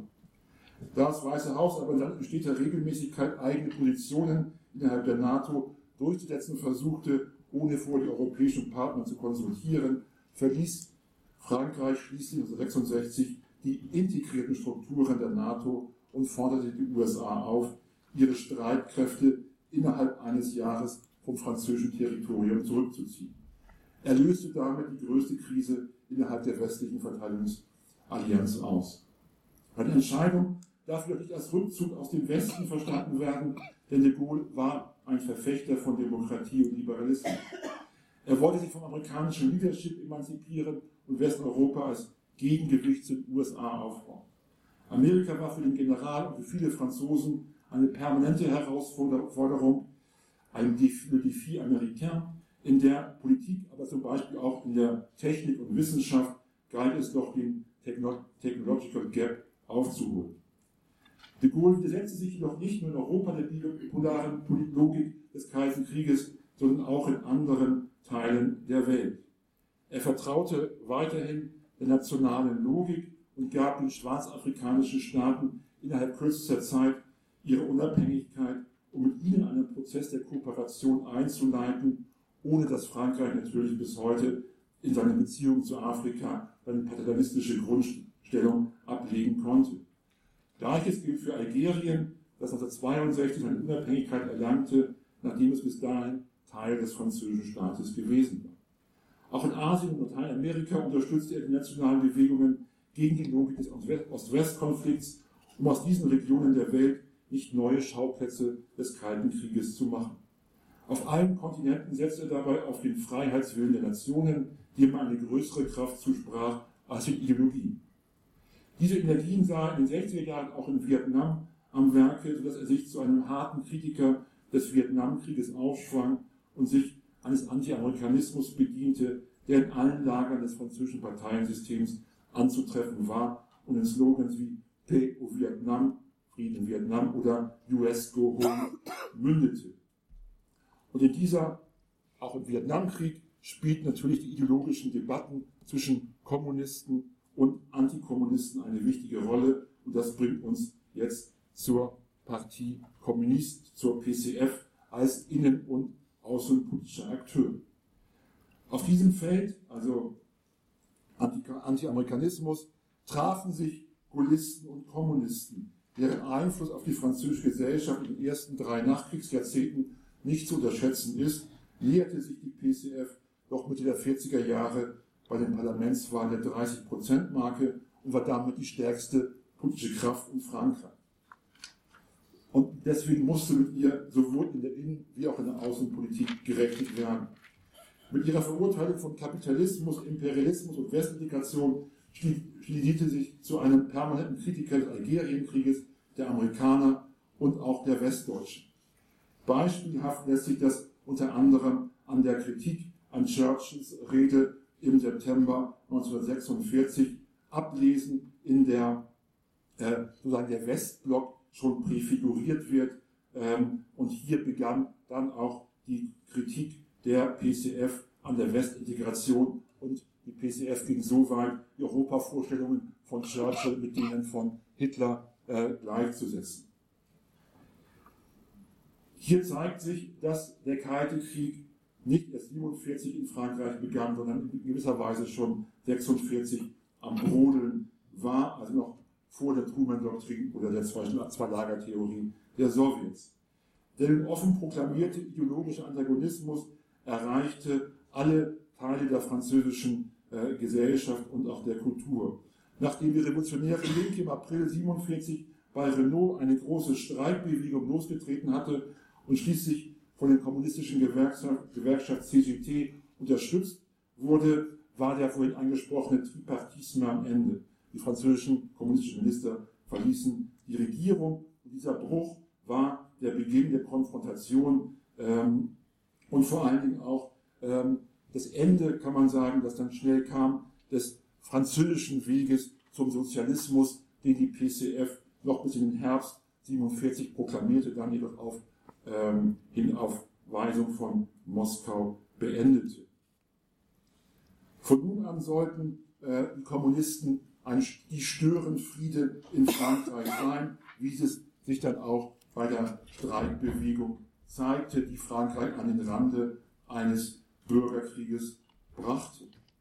Da das Weiße Haus aber in steter Regelmäßigkeit eigene Positionen innerhalb der NATO durchzusetzen versuchte, ohne vor die europäischen Partner zu konsultieren, verließ Frankreich schließlich neunzehnhundertsechsundsechzig die integrierten Strukturen der NATO und forderte die U S A auf, ihre Streitkräfte innerhalb eines Jahres vom französischen Territorium zurückzuziehen. Er löste damit die größte Krise innerhalb der westlichen Verteidigungsallianz aus. Eine Entscheidung darf jedoch nicht als Rückzug aus dem Westen verstanden werden, denn de Gaulle war ein Verfechter von Demokratie und Liberalismus. Er wollte sich vom amerikanischen Leadership emanzipieren und Westeuropa als Gegengewicht zu den U S A aufbauen. Amerika war für den General und für viele Franzosen eine permanente Herausforderung, ein Défi américain, in der Politik, aber zum Beispiel auch in der Technik und Wissenschaft galt es doch, den Technological Gap aufzuholen. De Gaulle widersetzte sich jedoch nicht nur in Europa der bipolaren Logik des Kalten Krieges, sondern auch in anderen Teilen der Welt. Er vertraute weiterhin der nationalen Logik und gab den schwarzafrikanischen Staaten innerhalb kürzester Zeit ihre Unabhängigkeit, um mit ihnen einen Prozess der Kooperation einzuleiten, ohne dass Frankreich natürlich bis heute in seiner Beziehung zu Afrika eine paternalistische Grundstellung ablegen konnte. Gleiches gilt für Algerien, das neunzehnhundertzweiundsechzig seine Unabhängigkeit erlangte, nachdem es bis dahin Teil des französischen Staates gewesen war. Auch in Asien und Lateinamerika unterstützte er die nationalen Bewegungen gegen die Logik des Ost-West-Konflikts, um aus diesen Regionen der Welt nicht neue Schauplätze des Kalten Krieges zu machen. Auf allen Kontinenten setzte er dabei auf den Freiheitswillen der Nationen, die ihm eine größere Kraft zusprach als die Ideologie. Diese Energien sah er in den sechziger Jahren auch in Vietnam am Werke, sodass er sich zu einem harten Kritiker des Vietnamkrieges aufschwang und sich eines Anti-Amerikanismus bediente, der in allen Lagern des französischen Parteiensystems anzutreffen war und in Slogans wie Paix au Vietnam, Frieden in Vietnam oder U S Go Home mündete. Und in dieser, auch im Vietnamkrieg, spielten natürlich die ideologischen Debatten zwischen Kommunisten und Antikommunisten eine wichtige Rolle. Und das bringt uns jetzt zur Partie Kommunist, zur P C F, als innen- und außenpolitischer Akteur. Auf diesem Feld, also Anti-Amerikanismus, trafen sich Gaullisten und Kommunisten, deren Einfluss auf die französische Gesellschaft in den ersten drei Nachkriegsjahrzehnten nicht zu unterschätzen ist, näherte sich die P C F doch Mitte der vierziger Jahre bei den Parlamentswahlen der dreißig-Prozent-Marke und war damit die stärkste politische Kraft in Frankreich. Und deswegen musste mit ihr sowohl in der Innen- wie auch in der Außenpolitik gerechnet werden. Mit ihrer Verurteilung von Kapitalismus, Imperialismus und Westintegration stilisierte sich zu einem permanenten Kritiker des Algerienkrieges, der Amerikaner und auch der Westdeutschen. Beispielhaft lässt sich das unter anderem an der Kritik an Churchills Rede im September neunzehnhundertsechsundvierzig ablesen, in der äh, sozusagen der Westblock schon präfiguriert wird. Ähm, und hier begann dann auch die Kritik der P C F an der Westintegration, und die P C F ging so weit, die Europavorstellungen von Churchill mit denen von Hitler äh, gleichzusetzen. Hier zeigt sich, dass der Kalte Krieg nicht erst siebenundvierzig in Frankreich begann, sondern in gewisser Weise schon sechsundvierzig am Brodeln war, also noch vor der Truman-Doktrin oder der Zwei-Lager-Theorie der Sowjets. Der offen proklamierte ideologische Antagonismus erreichte alle Teile der französischen äh, Gesellschaft und auch der Kultur. Nachdem die revolutionäre Linke im April siebenundvierzig bei Renault eine große Streikbewegung losgetreten hatte und schließlich von den kommunistischen Gewerkschaft, Gewerkschaft C G T unterstützt wurde, war der vorhin angesprochene Tripartisme am Ende. Die französischen kommunistischen Minister verließen die Regierung und dieser Bruch war der Beginn der Konfrontation ähm, und vor allen Dingen auch ähm, das Ende, kann man sagen, das dann schnell kam, des französischen Weges zum Sozialismus, den die P C F noch bis in den Herbst siebenundvierzig proklamierte, dann jedoch auf, ähm, hin auf Weisung von Moskau beendete. Von nun an sollten äh, die Kommunisten ein, die Störenfriede in Frankreich sein, wie es sich dann auch bei der Streikbewegung zeigte, die Frankreich an den Rande eines Bürgerkrieges brachte.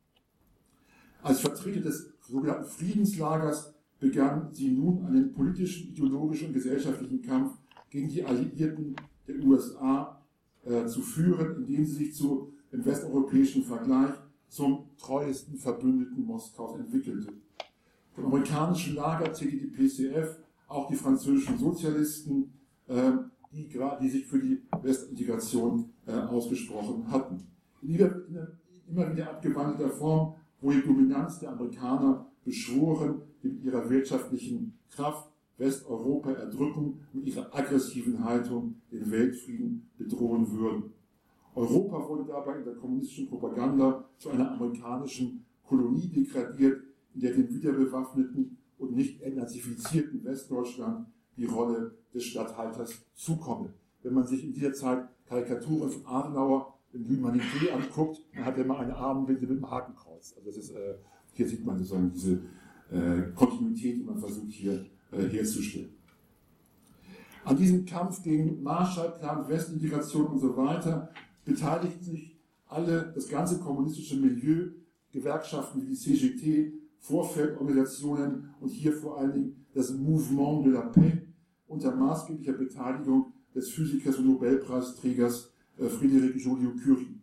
Als Vertreter des sogenannten Friedenslagers begann sie nun einen politischen, ideologischen und gesellschaftlichen Kampf gegen die Alliierten der U S A äh, zu führen, indem sie sich zu, im westeuropäischen Vergleich zum treuesten Verbündeten Moskaus entwickelte. Vom amerikanischen Lager zählte die P C F auch die französischen Sozialisten, äh, die, die sich für die Westintegration äh, ausgesprochen hatten. In ihrer, in immer wieder abgewandelter Form wurde die Dominanz der Amerikaner beschworen, die mit ihrer wirtschaftlichen Kraft Westeuropa erdrücken, mit ihrer aggressiven Haltung den Weltfrieden bedrohen würden. Europa wurde dabei in der kommunistischen Propaganda zu einer amerikanischen Kolonie degradiert, in der dem wiederbewaffneten und nicht entnazifizierten Westdeutschland die Rolle des Statthalters zukomme. Wenn man sich in dieser Zeit Karikaturen von Adenauer in L'Humanité anguckt, dann hat er immer eine Armbinde mit einem Hakenkreuz. Also das ist, äh, hier sieht man sozusagen diese äh, Kontinuität, die man versucht hier äh, herzustellen. An diesem Kampf gegen Marshallplan, Westintegration und so weiter beteiligten sich alle, das ganze kommunistische Milieu, Gewerkschaften wie die C G T, Vorfeldorganisationen und hier vor allen Dingen das Mouvement de la Paix unter maßgeblicher Beteiligung des Physikers und Nobelpreisträgers äh, Frédéric Joliot-Curie.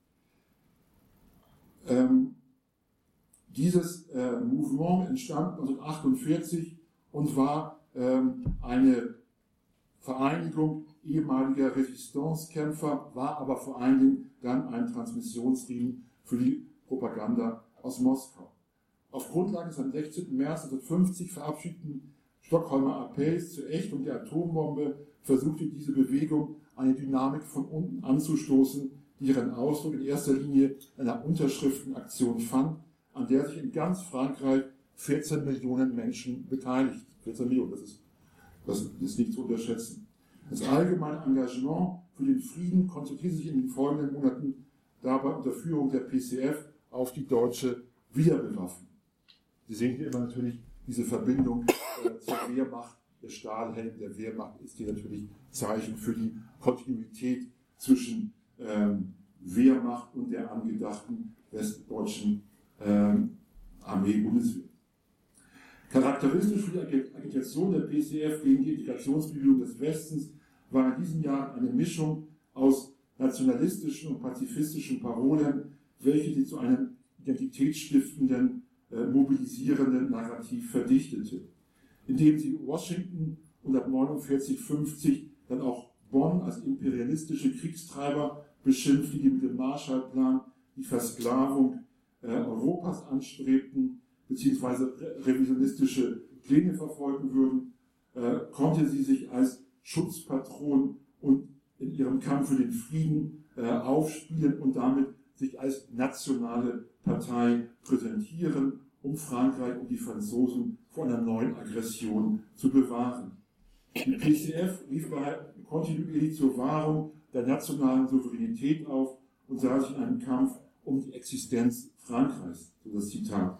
Ähm, dieses äh, Mouvement entstand neunzehnhundertachtundvierzig und war ähm, eine Vereinigung ehemaliger Resistancekämpfer, war aber vor allen Dingen dann ein Transmissionsriemen für die Propaganda aus Moskau. Auf Grundlage des am sechzehnten März neunzehnhundertfünfzig verabschiedeten Stockholmer Appells zur Ächtung der Atombombe versuchte diese Bewegung, eine Dynamik von unten anzustoßen, die ihren Ausdruck in erster Linie in einer Unterschriftenaktion fand, an der sich in ganz Frankreich vierzehn Millionen Menschen beteiligt. vierzehn Millionen, das ist, das ist nicht zu unterschätzen. Das allgemeine Engagement für den Frieden konzentrierte sich in den folgenden Monaten dabei unter Führung der P C F auf die deutsche Wiederbewaffnung. Sie sehen hier immer natürlich diese Verbindung äh, zur Wehrmacht. Der Stahlhelm der Wehrmacht ist hier natürlich Zeichen für die Kontinuität zwischen ähm, Wehrmacht und der angedachten westdeutschen ähm, Armee-Bundeswehr. Charakteristisch für die Agitation der P C F gegen die Integrationsbewegung des Westens war in diesen Jahren eine Mischung aus nationalistischen und pazifistischen Parolen, welche sie zu einem identitätsstiftenden, äh, mobilisierenden Narrativ verdichtete, indem sie Washington und ab neunundvierzig fünfzig dann auch Bonn als imperialistische Kriegstreiber beschimpfte, die mit dem Marshallplan die Versklavung äh, Europas anstrebten, beziehungsweise revisionistische Pläne verfolgen würden, äh, konnte sie sich als Schutzpatron und in ihrem Kampf für den Frieden äh, aufspielen und damit sich als nationale Partei präsentieren, um Frankreich und die Franzosen vor einer neuen Aggression zu bewahren. Die P C F rief kontinuierlich zur Wahrung der nationalen Souveränität auf und sah sich in einem Kampf um die Existenz Frankreichs, so das Zitat.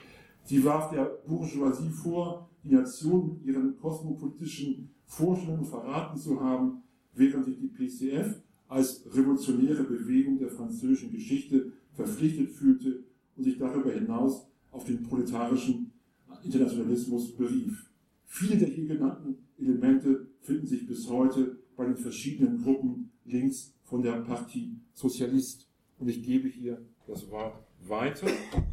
Sie warf der Bourgeoisie vor, die Nation mit ihren kosmopolitischen Vorstellungen verraten zu haben, während sich die P C F als revolutionäre Bewegung der französischen Geschichte verpflichtet fühlte und sich darüber hinaus auf den proletarischen Internationalismus berief. Viele der hier genannten Elemente finden sich bis heute bei den verschiedenen Gruppen links von der Partie Socialiste. Und ich gebe hier das Wort weiter.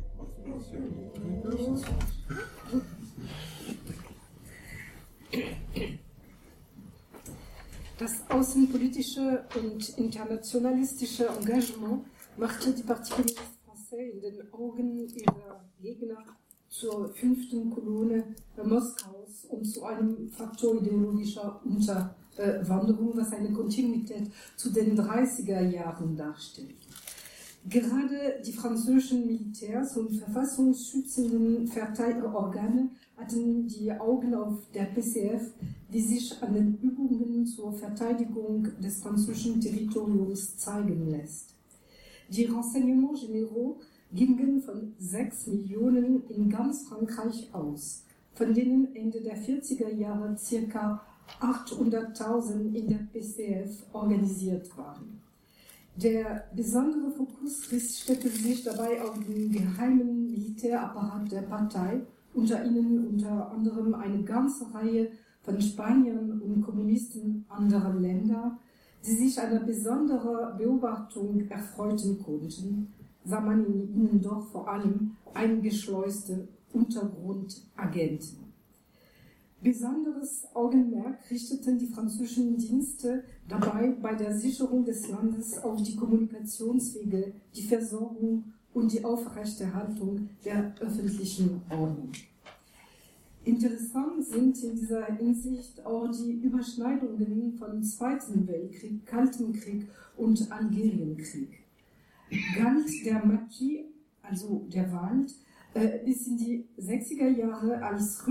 Das außenpolitische und internationalistische Engagement machte die Parti Communiste Français in den Augen ihrer Gegner zur fünften Kolonne Moskaus und zu einem Faktor ideologischer Unterwanderung, was eine Kontinuität zu den dreißiger Jahren darstellt. Gerade die französischen Militärs und verfassungsschützenden Verteidigungsorgane hatten die Augen auf der P C F, die sich an den Übungen zur Verteidigung des französischen Territoriums zeigen lässt. Die Renseignements Généraux gingen von sechs Millionen in ganz Frankreich aus, von denen Ende der vierziger Jahre ca. achthunderttausend in der P C F organisiert waren. Der besondere Fokus richtete sich dabei auf den geheimen Militärapparat der Partei, unter ihnen unter anderem eine ganze Reihe von Spaniern und Kommunisten anderer Länder, die sich einer besonderen Beobachtung erfreuten konnten, sah man in ihnen doch vor allem eingeschleuste Untergrundagenten. Besonderes Augenmerk richteten die französischen Dienste dabei bei der Sicherung des Landes auf die Kommunikationswege, die Versorgung und die Aufrechterhaltung der öffentlichen Ordnung. Interessant sind in dieser Hinsicht auch die Überschneidungen von Zweiten Weltkrieg, Kalten Krieg und Algerienkrieg. Galt der Maquis, also der Wald, bis in die sechziger Jahre als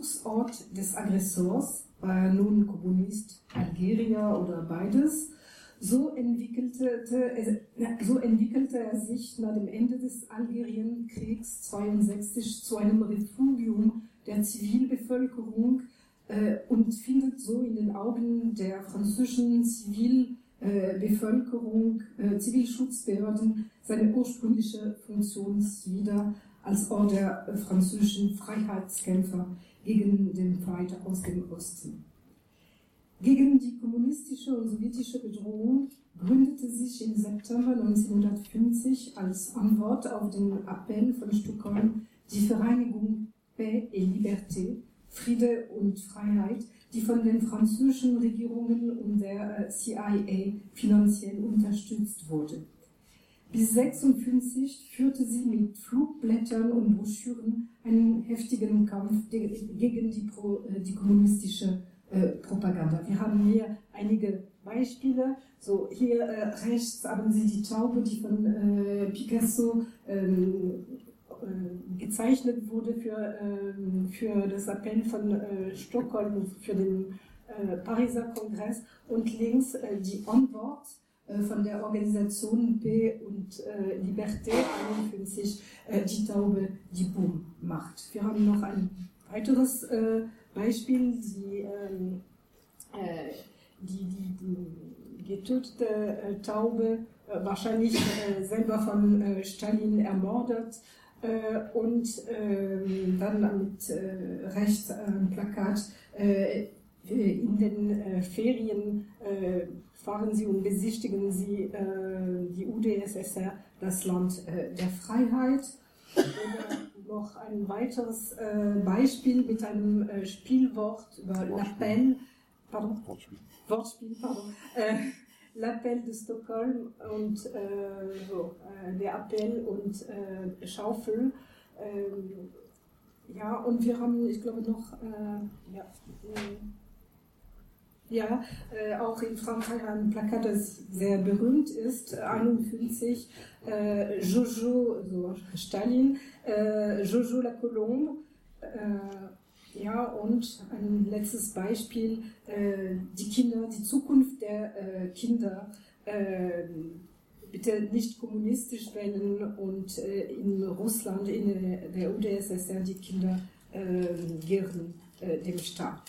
Rückzugsort des Aggressors, war er nun Kommunist, Algerier oder beides, So entwickelte, so entwickelte er sich nach dem Ende des Algerienkriegs zweiundsechzig zu einem Refugium der Zivilbevölkerung äh, und findet so in den Augen der französischen Zivilbevölkerung, äh, Zivilschutzbehörden seine ursprüngliche Funktion wieder als Ort der äh, französischen Freiheitskämpfer gegen den Feind aus dem Osten. Gegen die kommunistische und sowjetische Bedrohung gründete sich im September neunzehnhundertfünfzig als Antwort auf den Appell von Stockholm die Vereinigung Paix et Liberté, Friede und Freiheit, die von den französischen Regierungen und der C I A finanziell unterstützt wurde. Bis neunzehnhundertsechsundfünfzig führte sie mit Flugblättern und Broschüren einen heftigen Kampf gegen die, Pro, die kommunistische Äh, Propaganda. Wir haben hier einige Beispiele. So, hier äh, rechts haben Sie die Taube, die von äh, Picasso ähm, äh, gezeichnet wurde für, äh, für das Appell von äh, Stockholm, für den äh, Pariser Kongress. Und links äh, die Antwort äh, von der Organisation Paix und äh, Liberté einundfünfzig, äh, die Taube, die Boom macht. Wir haben noch ein weiteres äh, Beispiel, die, ähm, äh, die, die, die getötete äh, Taube, äh, wahrscheinlich äh, selber von äh, Stalin ermordet, äh, und äh, dann mit äh, rechts ein Plakat, äh, in den äh, Ferien äh, fahren sie und besichtigen sie äh, die U d S S R, das Land äh, der Freiheit. Oder noch ein weiteres äh, Beispiel mit einem äh, Spielwort über L'Appel, pardon, Wortspiel, Wortspiel pardon, äh, L'Appel de Stockholm und äh, so, äh, der Appell und äh, Schaufel. Ähm, ja, und wir haben, ich glaube, noch, äh, ja, äh, Ja, äh, auch in Frankreich ein Plakat, das sehr berühmt ist, einundfünfzig, äh, Jojo, so Stalin, äh, Jojo la Colombe, äh, ja, und ein letztes Beispiel, äh, die Kinder, die Zukunft der äh, Kinder, äh, bitte nicht kommunistisch wählen und äh, in Russland, in der U d S S R, die Kinder äh, gehören äh, dem Staat.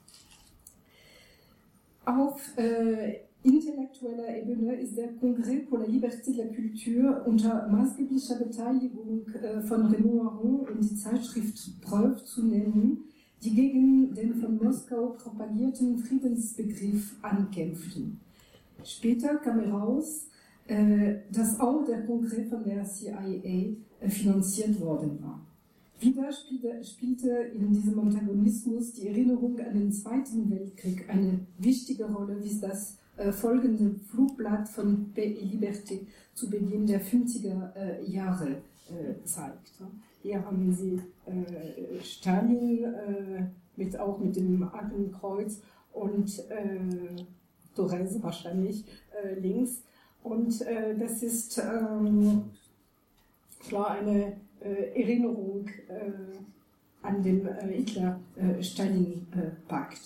Auf äh, intellektueller Ebene ist der Congrès pour la Liberté de la Culture unter maßgeblicher Beteiligung äh, von Raymond Aron und die Zeitschrift Preuve zu nennen, die gegen den von Moskau propagierten Friedensbegriff ankämpften. Später kam heraus, äh, dass auch der Kongress von der C I A äh, finanziert worden war. Wieder spielte, spielte in diesem Antagonismus die Erinnerung an den Zweiten Weltkrieg eine wichtige Rolle, wie das äh, folgende Flugblatt von Paix et Liberté zu Beginn der fünfziger äh, Jahre äh, zeigt. Hier haben Sie äh, Stalin äh, mit, auch mit dem Hakenkreuz und äh, Torres wahrscheinlich äh, links. Und äh, das ist ähm, klar eine Erinnerung äh, an den äh, Hitler-Stalin-Pakt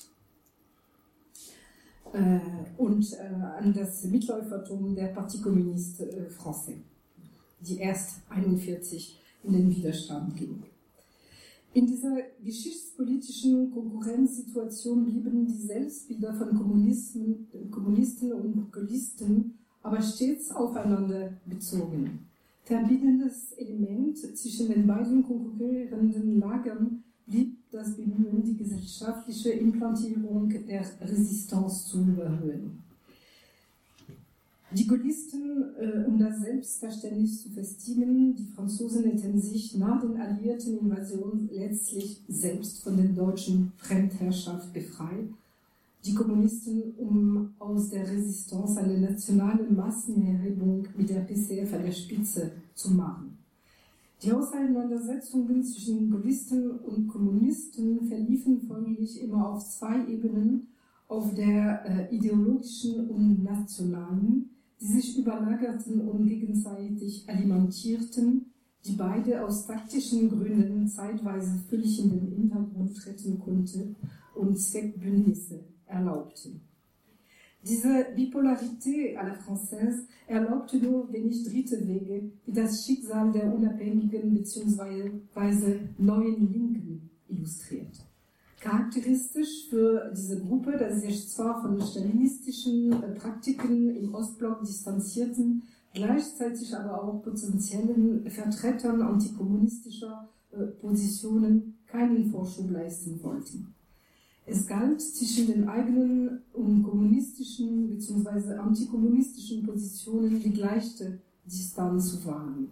äh, und äh, an das Mitläufertum der Parti Communiste äh, Français, die erst einundvierzig in den Widerstand ging. In dieser geschichtspolitischen Konkurrenzsituation blieben die Selbstbilder von Kommunisten, Kommunisten und Gaullisten aber stets aufeinander bezogen. Verbindendes Element zwischen den beiden konkurrierenden Lagern blieb das Bemühen, die gesellschaftliche Implantierung der Resistance zu überhöhen. Die Gaullisten, äh, um das Selbstverständnis zu festigen, die Franzosen hätten sich nach den alliierten Invasionen letztlich selbst von der deutschen Fremdherrschaft befreit. Die Kommunisten, um aus der Resistance eine nationale Massenerhebung mit der P C F an der Spitze zu machen. Die Auseinandersetzungen zwischen Gaullisten und Kommunisten verliefen folglich immer auf zwei Ebenen, auf der äh, ideologischen und nationalen, die sich überlagerten und gegenseitig alimentierten, die beide aus taktischen Gründen zeitweise völlig in den Hintergrund treten konnten und Zweckbündnisse erlaubten. Diese Bipolarität à la Française erlaubte nur wenig dritte Wege, wie das Schicksal der unabhängigen bzw. neuen Linken illustriert. Charakteristisch für diese Gruppe, dass sie sich zwar von stalinistischen Praktiken im Ostblock distanzierten, gleichzeitig aber auch potenziellen Vertretern antikommunistischer Positionen keinen Vorschub leisten wollten. Es galt, zwischen den eigenen und kommunistischen bzw. antikommunistischen Positionen die gleiche Distanz zu wahren.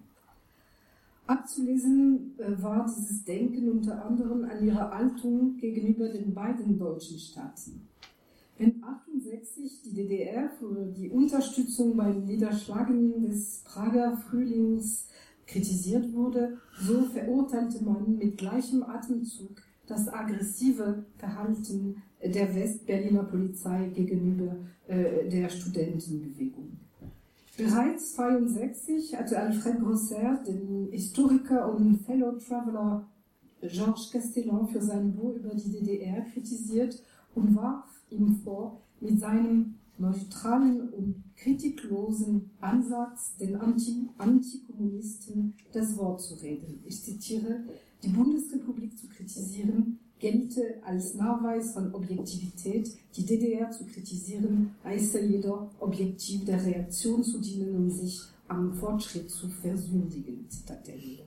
Abzulesen äh, war dieses Denken unter anderem an ihrer Haltung gegenüber den beiden deutschen Staaten. Wenn achtundsechzig die D D R für die Unterstützung beim Niederschlagen des Prager Frühlings kritisiert wurde, so verurteilte man mit gleichem Atemzug das aggressive Verhalten der Westberliner Polizei gegenüber äh, der Studentenbewegung. Bereits neunzehnhundertzweiundsechzig hatte Alfred Grosser den Historiker und Fellow Traveler Georges Castellan für sein Buch über die D D R kritisiert und warf ihm vor, mit seinem neutralen und kritiklosen Ansatz den Anti- Antikommunisten das Wort zu reden. Ich zitiere: Die Bundesrepublik zu kritisieren, gelte als Nachweis von Objektivität, die D D R zu kritisieren, heiße jedoch objektiv der Reaktion zu dienen und sich am Fortschritt zu versündigen. Zitat Ende.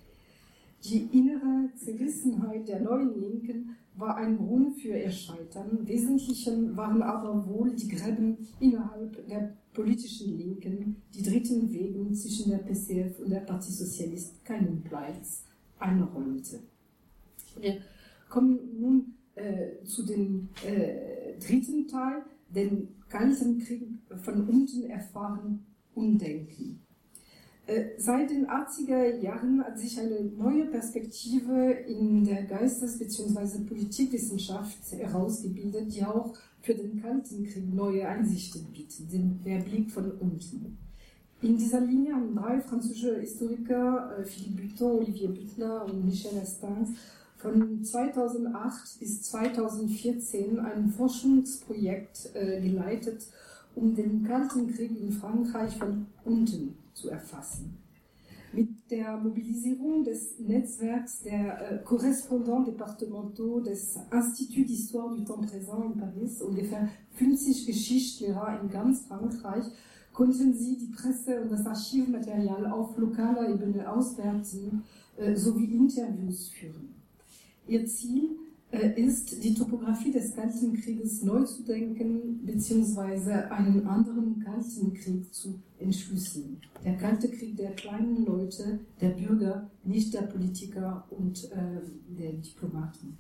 Die innere Zerrissenheit der neuen Linken war ein Grund für ihr Scheitern. Im Wesentlichen waren aber wohl die Gräben innerhalb der politischen Linken, die dritten Wege zwischen der P C F und der Parti Socialiste keinen Platz einräumte. Wir kommen nun äh, zu dem äh, dritten Teil, den Kalten Krieg von unten erfahren und denken. Äh, seit den achtziger Jahren hat sich eine neue Perspektive in der Geistes- bzw. Politikwissenschaft herausgebildet, die auch für den Kalten Krieg neue Einsichten bietet, den, der Blick von unten. In dieser Linie haben drei französische Historiker, äh, Philippe Buton, Olivier Büttner und Michel Estins, von zweitausendacht bis zweitausendvierzehn ein Forschungsprojekt äh, geleitet, um den Kalten Krieg in Frankreich von unten zu erfassen. Mit der Mobilisierung des Netzwerks der äh, Correspondants départementaux des Institut d'Histoire du Temps Présent in Paris, ungefähr fünfzig Geschichtslehrer in ganz Frankreich, konnten sie die Presse und das Archivmaterial auf lokaler Ebene auswerten äh, sowie Interviews führen. Ihr Ziel äh, ist, die Topographie des Kalten Krieges neu zu denken bzw. einen anderen Kalten Krieg zu entschlüsseln. Der Kalte Krieg der kleinen Leute, der Bürger, nicht der Politiker und äh, der Diplomaten.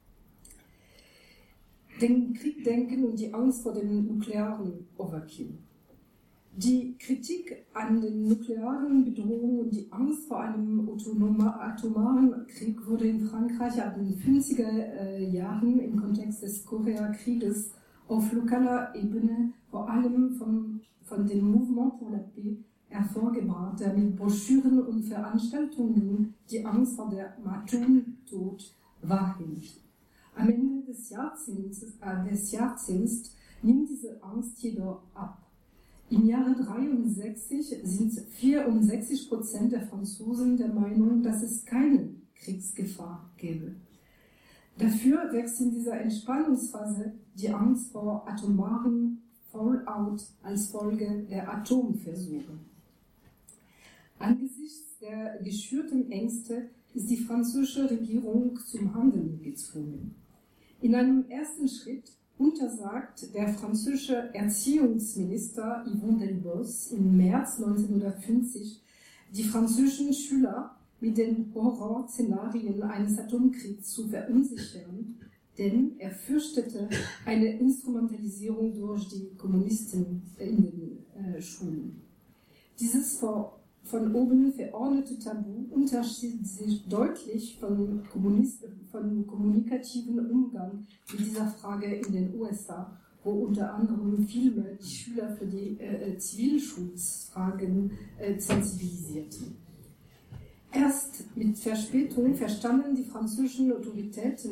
Den Krieg denken und die Angst vor dem nuklearen Overkill. Die Kritik an den nuklearen Bedrohungen und die Angst vor einem atomaren Krieg wurde in Frankreich ab den fünfziger Jahren im Kontext des Koreakrieges auf lokaler Ebene vor allem vom, von dem Mouvement pour la Paix hervorgebracht, der mit Broschüren und Veranstaltungen die Angst vor dem Atomtod wahrhielt. Am Ende des Jahrzehnts, äh, des Jahrzehnts nimmt diese Angst jedoch ab. Im Jahre dreiundsechzig sind vierundsechzig Prozent der Franzosen der Meinung, dass es keine Kriegsgefahr gäbe. Dafür wächst in dieser Entspannungsphase die Angst vor atomaren Fallout als Folge der Atomversuche. Angesichts der geschürten Ängste ist die französische Regierung zum Handeln gezwungen. In einem ersten Schritt untersagt der französische Erziehungsminister Yvon Delbos im März neunzehnhundertfünfzig die französischen Schüler mit den Horrorszenarien eines Atomkriegs zu verunsichern, denn er fürchtete eine Instrumentalisierung durch die Kommunisten in den äh, Schulen. Dieses vor von oben verordnete Tabu unterschied sich deutlich vom, Kommunist, vom kommunikativen Umgang mit dieser Frage in den U S A, wo unter anderem Filme die Schüler für die äh, Zivilschutzfragen äh, sensibilisierten. Erst mit Verspätung verstanden die französischen Autoritäten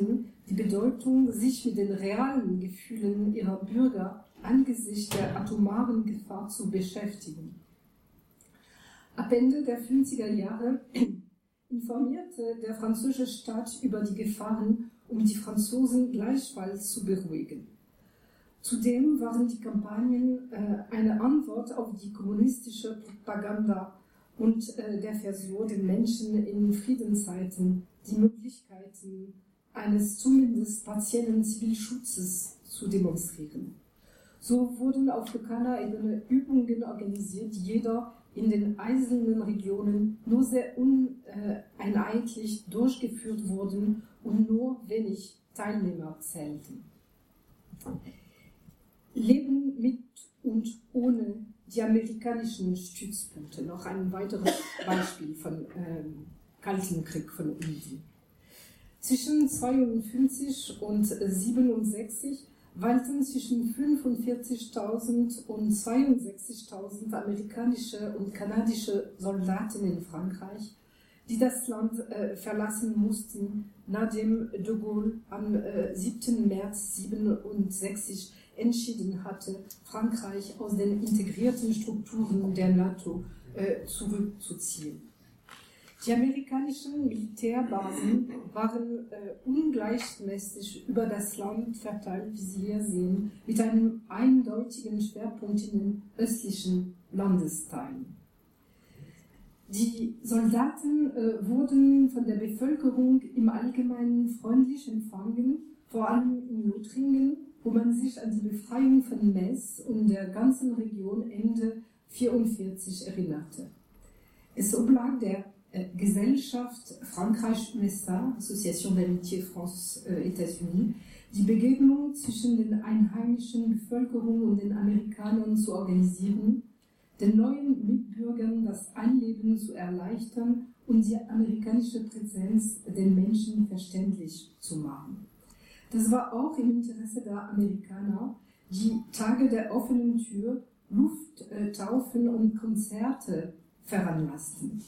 die Bedeutung, sich mit den realen Gefühlen ihrer Bürger angesichts der atomaren Gefahr zu beschäftigen. Ab Ende der fünfziger Jahre informierte der französische Staat über die Gefahren, um die Franzosen gleichfalls zu beruhigen. Zudem waren die Kampagnen äh, eine Antwort auf die kommunistische Propaganda und äh, der Versuch, den Menschen in Friedenszeiten die Möglichkeiten eines zumindest partiellen Zivilschutzes zu demonstrieren. So wurden auf lokaler Ebene Übungen organisiert, die jeder in den einzelnen Regionen nur sehr uneinheitlich durchgeführt wurden und nur wenig Teilnehmer zählten. Leben mit und ohne die amerikanischen Stützpunkte. Noch ein weiteres Beispiel von ähm, Kalten Krieg von Indien. Zwischen zweiundfünfzig und siebenundsechzig weilten zwischen fünfundvierzigtausend und zweiundsechzigtausend amerikanische und kanadische Soldaten in Frankreich, die das Land äh, verlassen mussten, nachdem de Gaulle am äh, siebten März siebenundsechzig entschieden hatte, Frankreich aus den integrierten Strukturen der NATO äh, zurückzuziehen. Die amerikanischen Militärbasen waren äh, ungleichmäßig über das Land verteilt, wie Sie hier sehen, mit einem eindeutigen Schwerpunkt in den östlichen Landesteilen. Die Soldaten äh, wurden von der Bevölkerung im Allgemeinen freundlich empfangen, vor allem in Lothringen, wo man sich an die Befreiung von Metz und der ganzen Region Ende neunzehnhundertvierundvierzig erinnerte. Es oblag der äh, Gesellschaft Frankreich-U S A, Association d'Amitié France-États-Unis, die Begegnung zwischen den einheimischen Bevölkerung und den Amerikanern zu organisieren, den neuen Mitbürgern das Einleben zu erleichtern und die amerikanische Präsenz den Menschen verständlich zu machen. Das war auch im Interesse der Amerikaner, die Tage der offenen Tür, Lufttaufen und Konzerte veranlassten.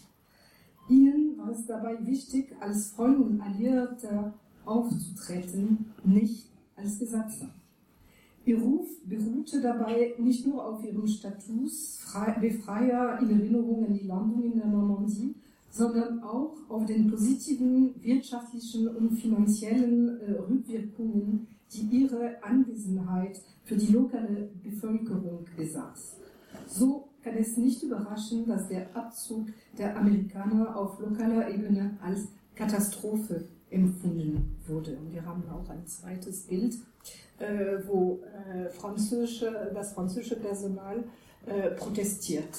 Ihnen war es dabei wichtig, als Freund und Alliierter aufzutreten, nicht als Gesatzer. Ihr Ruf beruhte dabei nicht nur auf ihrem Status Befreier in Erinnerung an die Landung in der Normandie, sondern auch auf den positiven wirtschaftlichen und finanziellen äh, Rückwirkungen, die ihre Anwesenheit für die lokale Bevölkerung besaß. So kann es nicht überraschen, dass der Abzug der Amerikaner auf lokaler Ebene als Katastrophe empfunden wurde. Und wir haben auch ein zweites Bild, äh, wo äh, französische, das französische Personal äh, protestiert.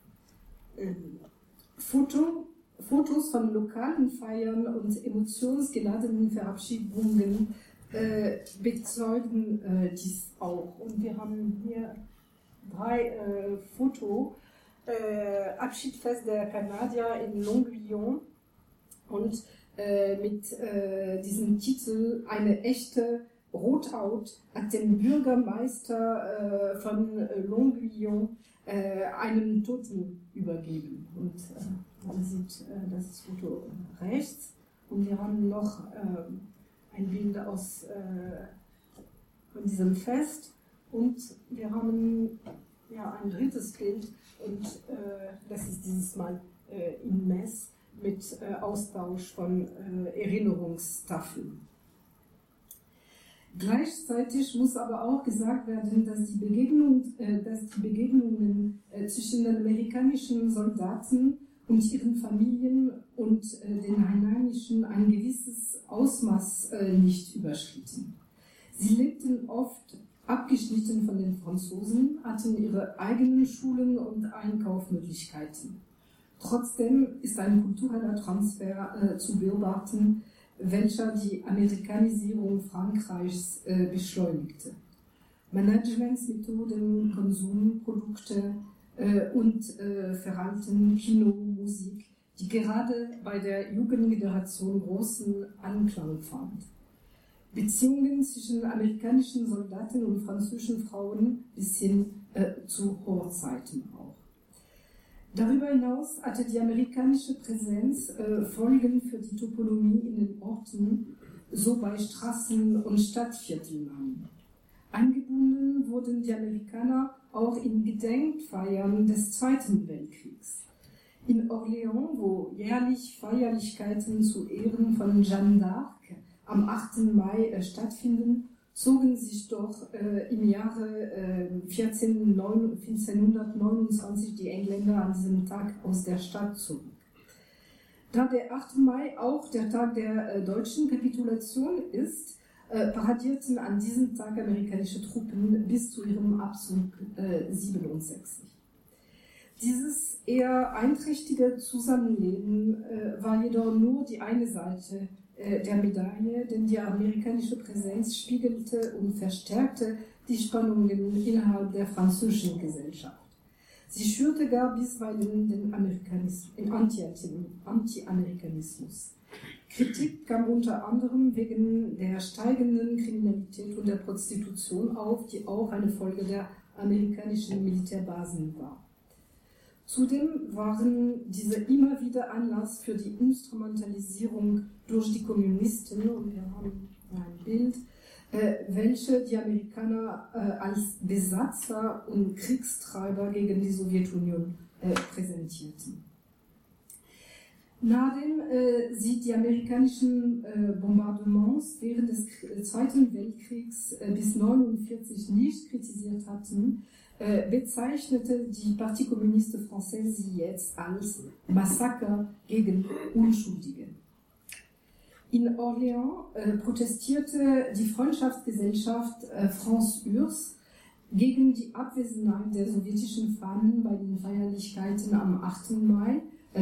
Ähm, Foto, Fotos von lokalen Feiern und emotionsgeladenen Verabschiedungen äh, bezeugen äh, dies auch. Und wir haben hier drei äh, Fotos. Äh, Abschiedsfest der Kanadier in Longuillon und äh, mit äh, diesem Titel Eine echte Rothaut hat den Bürgermeister äh, von äh, Longuillon äh, einem Toten übergeben. Und äh, man sieht äh, das Foto rechts und wir haben noch äh, ein Bild aus äh, von diesem Fest und wir haben ja ein drittes Bild und äh, das ist dieses Mal äh, in Metz mit äh, Austausch von äh, Erinnerungstafeln. Gleichzeitig muss aber auch gesagt werden, dass die, Begegnung, äh, dass die Begegnungen äh, zwischen den amerikanischen Soldaten und ihren Familien und äh, den Einheimischen ein gewisses Ausmaß äh, nicht überschritten. Sie lebten oft abgeschnitten von den Franzosen, hatten ihre eigenen Schulen und Einkaufsmöglichkeiten. Trotzdem ist ein kultureller Transfer äh, zu beobachten, welcher die Amerikanisierung Frankreichs äh, beschleunigte. Managementsmethoden, Konsumprodukte äh, und äh, Verhalten, Kino, Musik, die gerade bei der Jugendgeneration großen Anklang fand. Beziehungen zwischen amerikanischen Soldaten und französischen Frauen bis hin äh, zu Hochzeiten auch. Darüber hinaus hatte die amerikanische Präsenz äh, Folgen für die Toponomie in den Orten so bei Straßen und Stadtvierteln an. Eingebunden wurden die Amerikaner auch in Gedenkfeiern des Zweiten Weltkriegs. In Orléans, wo jährlich Feierlichkeiten zu Ehren von Jeanne d'Arc am achten Mai äh, stattfinden, zogen sich doch äh, im Jahre äh, vierzehnhundertneunundzwanzig die Engländer an diesem Tag aus der Stadt zurück. Da der achte Mai auch der Tag der äh, deutschen Kapitulation ist, äh, paradierten an diesem Tag amerikanische Truppen bis zu ihrem Abzug äh, siebenundsechzig. Dieses eher einträchtige Zusammenleben äh, war jedoch nur die eine Seite äh, der Medaille, denn die amerikanische Präsenz spiegelte und verstärkte die Spannungen innerhalb der französischen Gesellschaft. Sie schürte gar bisweilen den Anti-Amerikanismus. Kritik kam unter anderem wegen der steigenden Kriminalität und der Prostitution auf, die auch eine Folge der amerikanischen Militärbasen war. Zudem waren diese immer wieder Anlass für die Instrumentalisierung durch die Kommunisten, und wir haben ein Bild, äh, welche die Amerikaner äh, als Besatzer und Kriegstreiber gegen die Sowjetunion äh, präsentierten. Nachdem äh, sie die amerikanischen äh, Bombardements während des Zweiten Weltkriegs äh, bis neunundvierzig nicht kritisiert hatten, äh, bezeichnete die Parti Communiste Française sie jetzt als Massaker gegen Unschuldige. In Orléans äh, protestierte die Freundschaftsgesellschaft äh, France-Urs gegen die Abwesenheit der sowjetischen Fahnen bei den Feierlichkeiten am achten Mai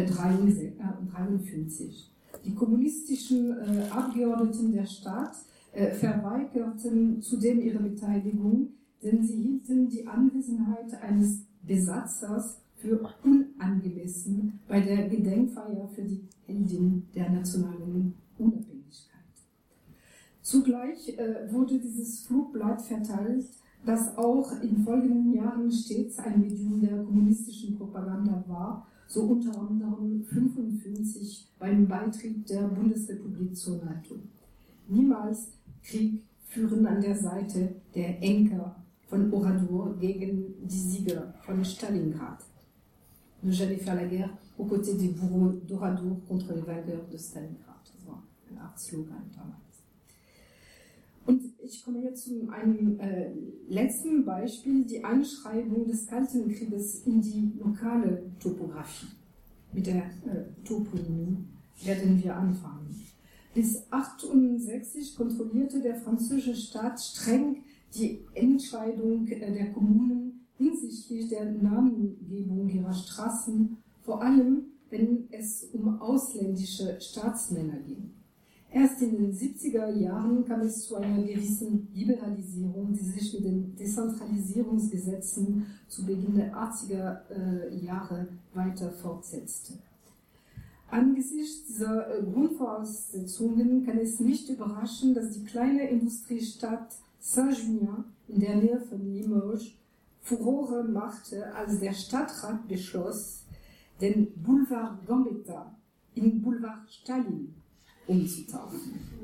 dreiundfünfzig. Die kommunistischen äh, Abgeordneten der Stadt äh, verweigerten zudem ihre Beteiligung, denn sie hielten die Anwesenheit eines Besatzers für unangemessen bei der Gedenkfeier für die Heldin der nationalen Unabhängigkeit. Zugleich äh, wurde dieses Flugblatt verteilt, das auch in folgenden Jahren stets ein Medium der kommunistischen Propaganda war, so unter anderem fünfundfünfzig beim Beitritt der Bundesrepublik zur NATO. Niemals Krieg führen an der Seite der Enker von Oradour gegen die Sieger von Stalingrad. Ne jamais faire la guerre aux côtés des bourreaux d'Oradour contre les vainqueurs de Stalingrad. Das war eine Art Slogan damals. Und ich komme jetzt zu einem äh, letzten Beispiel, die Einschreibung des Kalten Krieges in die lokale Topographie. Mit der äh, Toponymie werden wir anfangen. Bis achtzehnhundertachtundsechzig kontrollierte der französische Staat streng die Entscheidung äh, der Kommunen hinsichtlich der Namengebung ihrer Straßen, vor allem wenn es um ausländische Staatsmänner ging. Erst in den siebziger Jahren kam es zu einer gewissen Liberalisierung, die sich mit den Dezentralisierungsgesetzen zu Beginn der achtziger Jahre weiter fortsetzte. Angesichts dieser Grundvoraussetzungen kann es nicht überraschen, dass die kleine Industriestadt Saint-Junien in der Nähe von Limoges Furore machte, als der Stadtrat beschloss, den Boulevard Gambetta in Boulevard Stalin umzutaufen.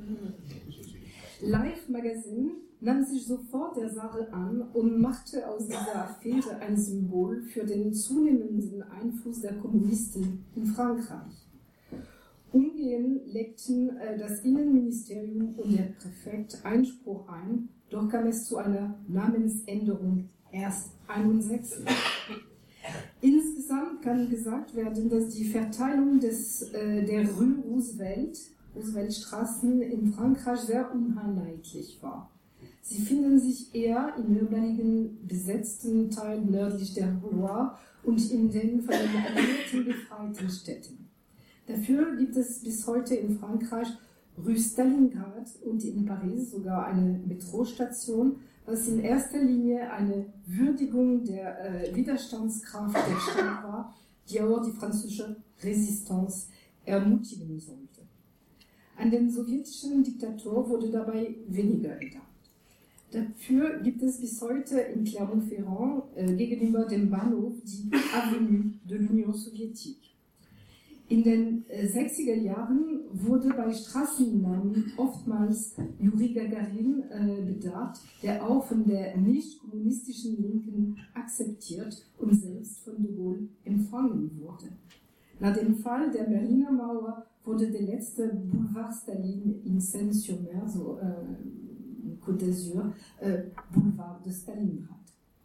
Live Magazine nahm sich sofort der Sache an und machte aus dieser Affäre ein Symbol für den zunehmenden Einfluss der Kommunisten in Frankreich. Umgehend legten äh, das Innenministerium und der Präfekt Einspruch ein, doch kam es zu einer Namensänderung erst einundsechzig. Insgesamt kann gesagt werden, dass die Verteilung des, äh, der Rue Roosevelt, Rooseveltstraßen in Frankreich sehr uneinheitlich war. Sie finden sich eher im urbanen besetzten Teil nördlich der Loire und in den von den Alliierten befreiten Städten. Dafür gibt es bis heute in Frankreich Rue Stalingrad und in Paris sogar eine Metrostation, was in erster Linie eine Würdigung der äh, Widerstandskraft der Stadt war, die auch die französische Resistance ermutigen sollte. An den sowjetischen Diktator wurde dabei weniger gedacht. Dafür gibt es bis heute in Clermont-Ferrand äh, gegenüber dem Bahnhof die Avenue de l'Union Soviétique. In den sechziger Jahren wurde bei Straßennamen oftmals Juri Gagarin äh, bedacht, der auch von der nicht-kommunistischen Linken akzeptiert und selbst von de Gaulle empfangen wurde. Nach dem Fall der Berliner Mauer wurde der letzte Boulevard Stalin in Seine-sur-Mer, so äh, Côte d'Azur, äh, Boulevard de Stalingrad.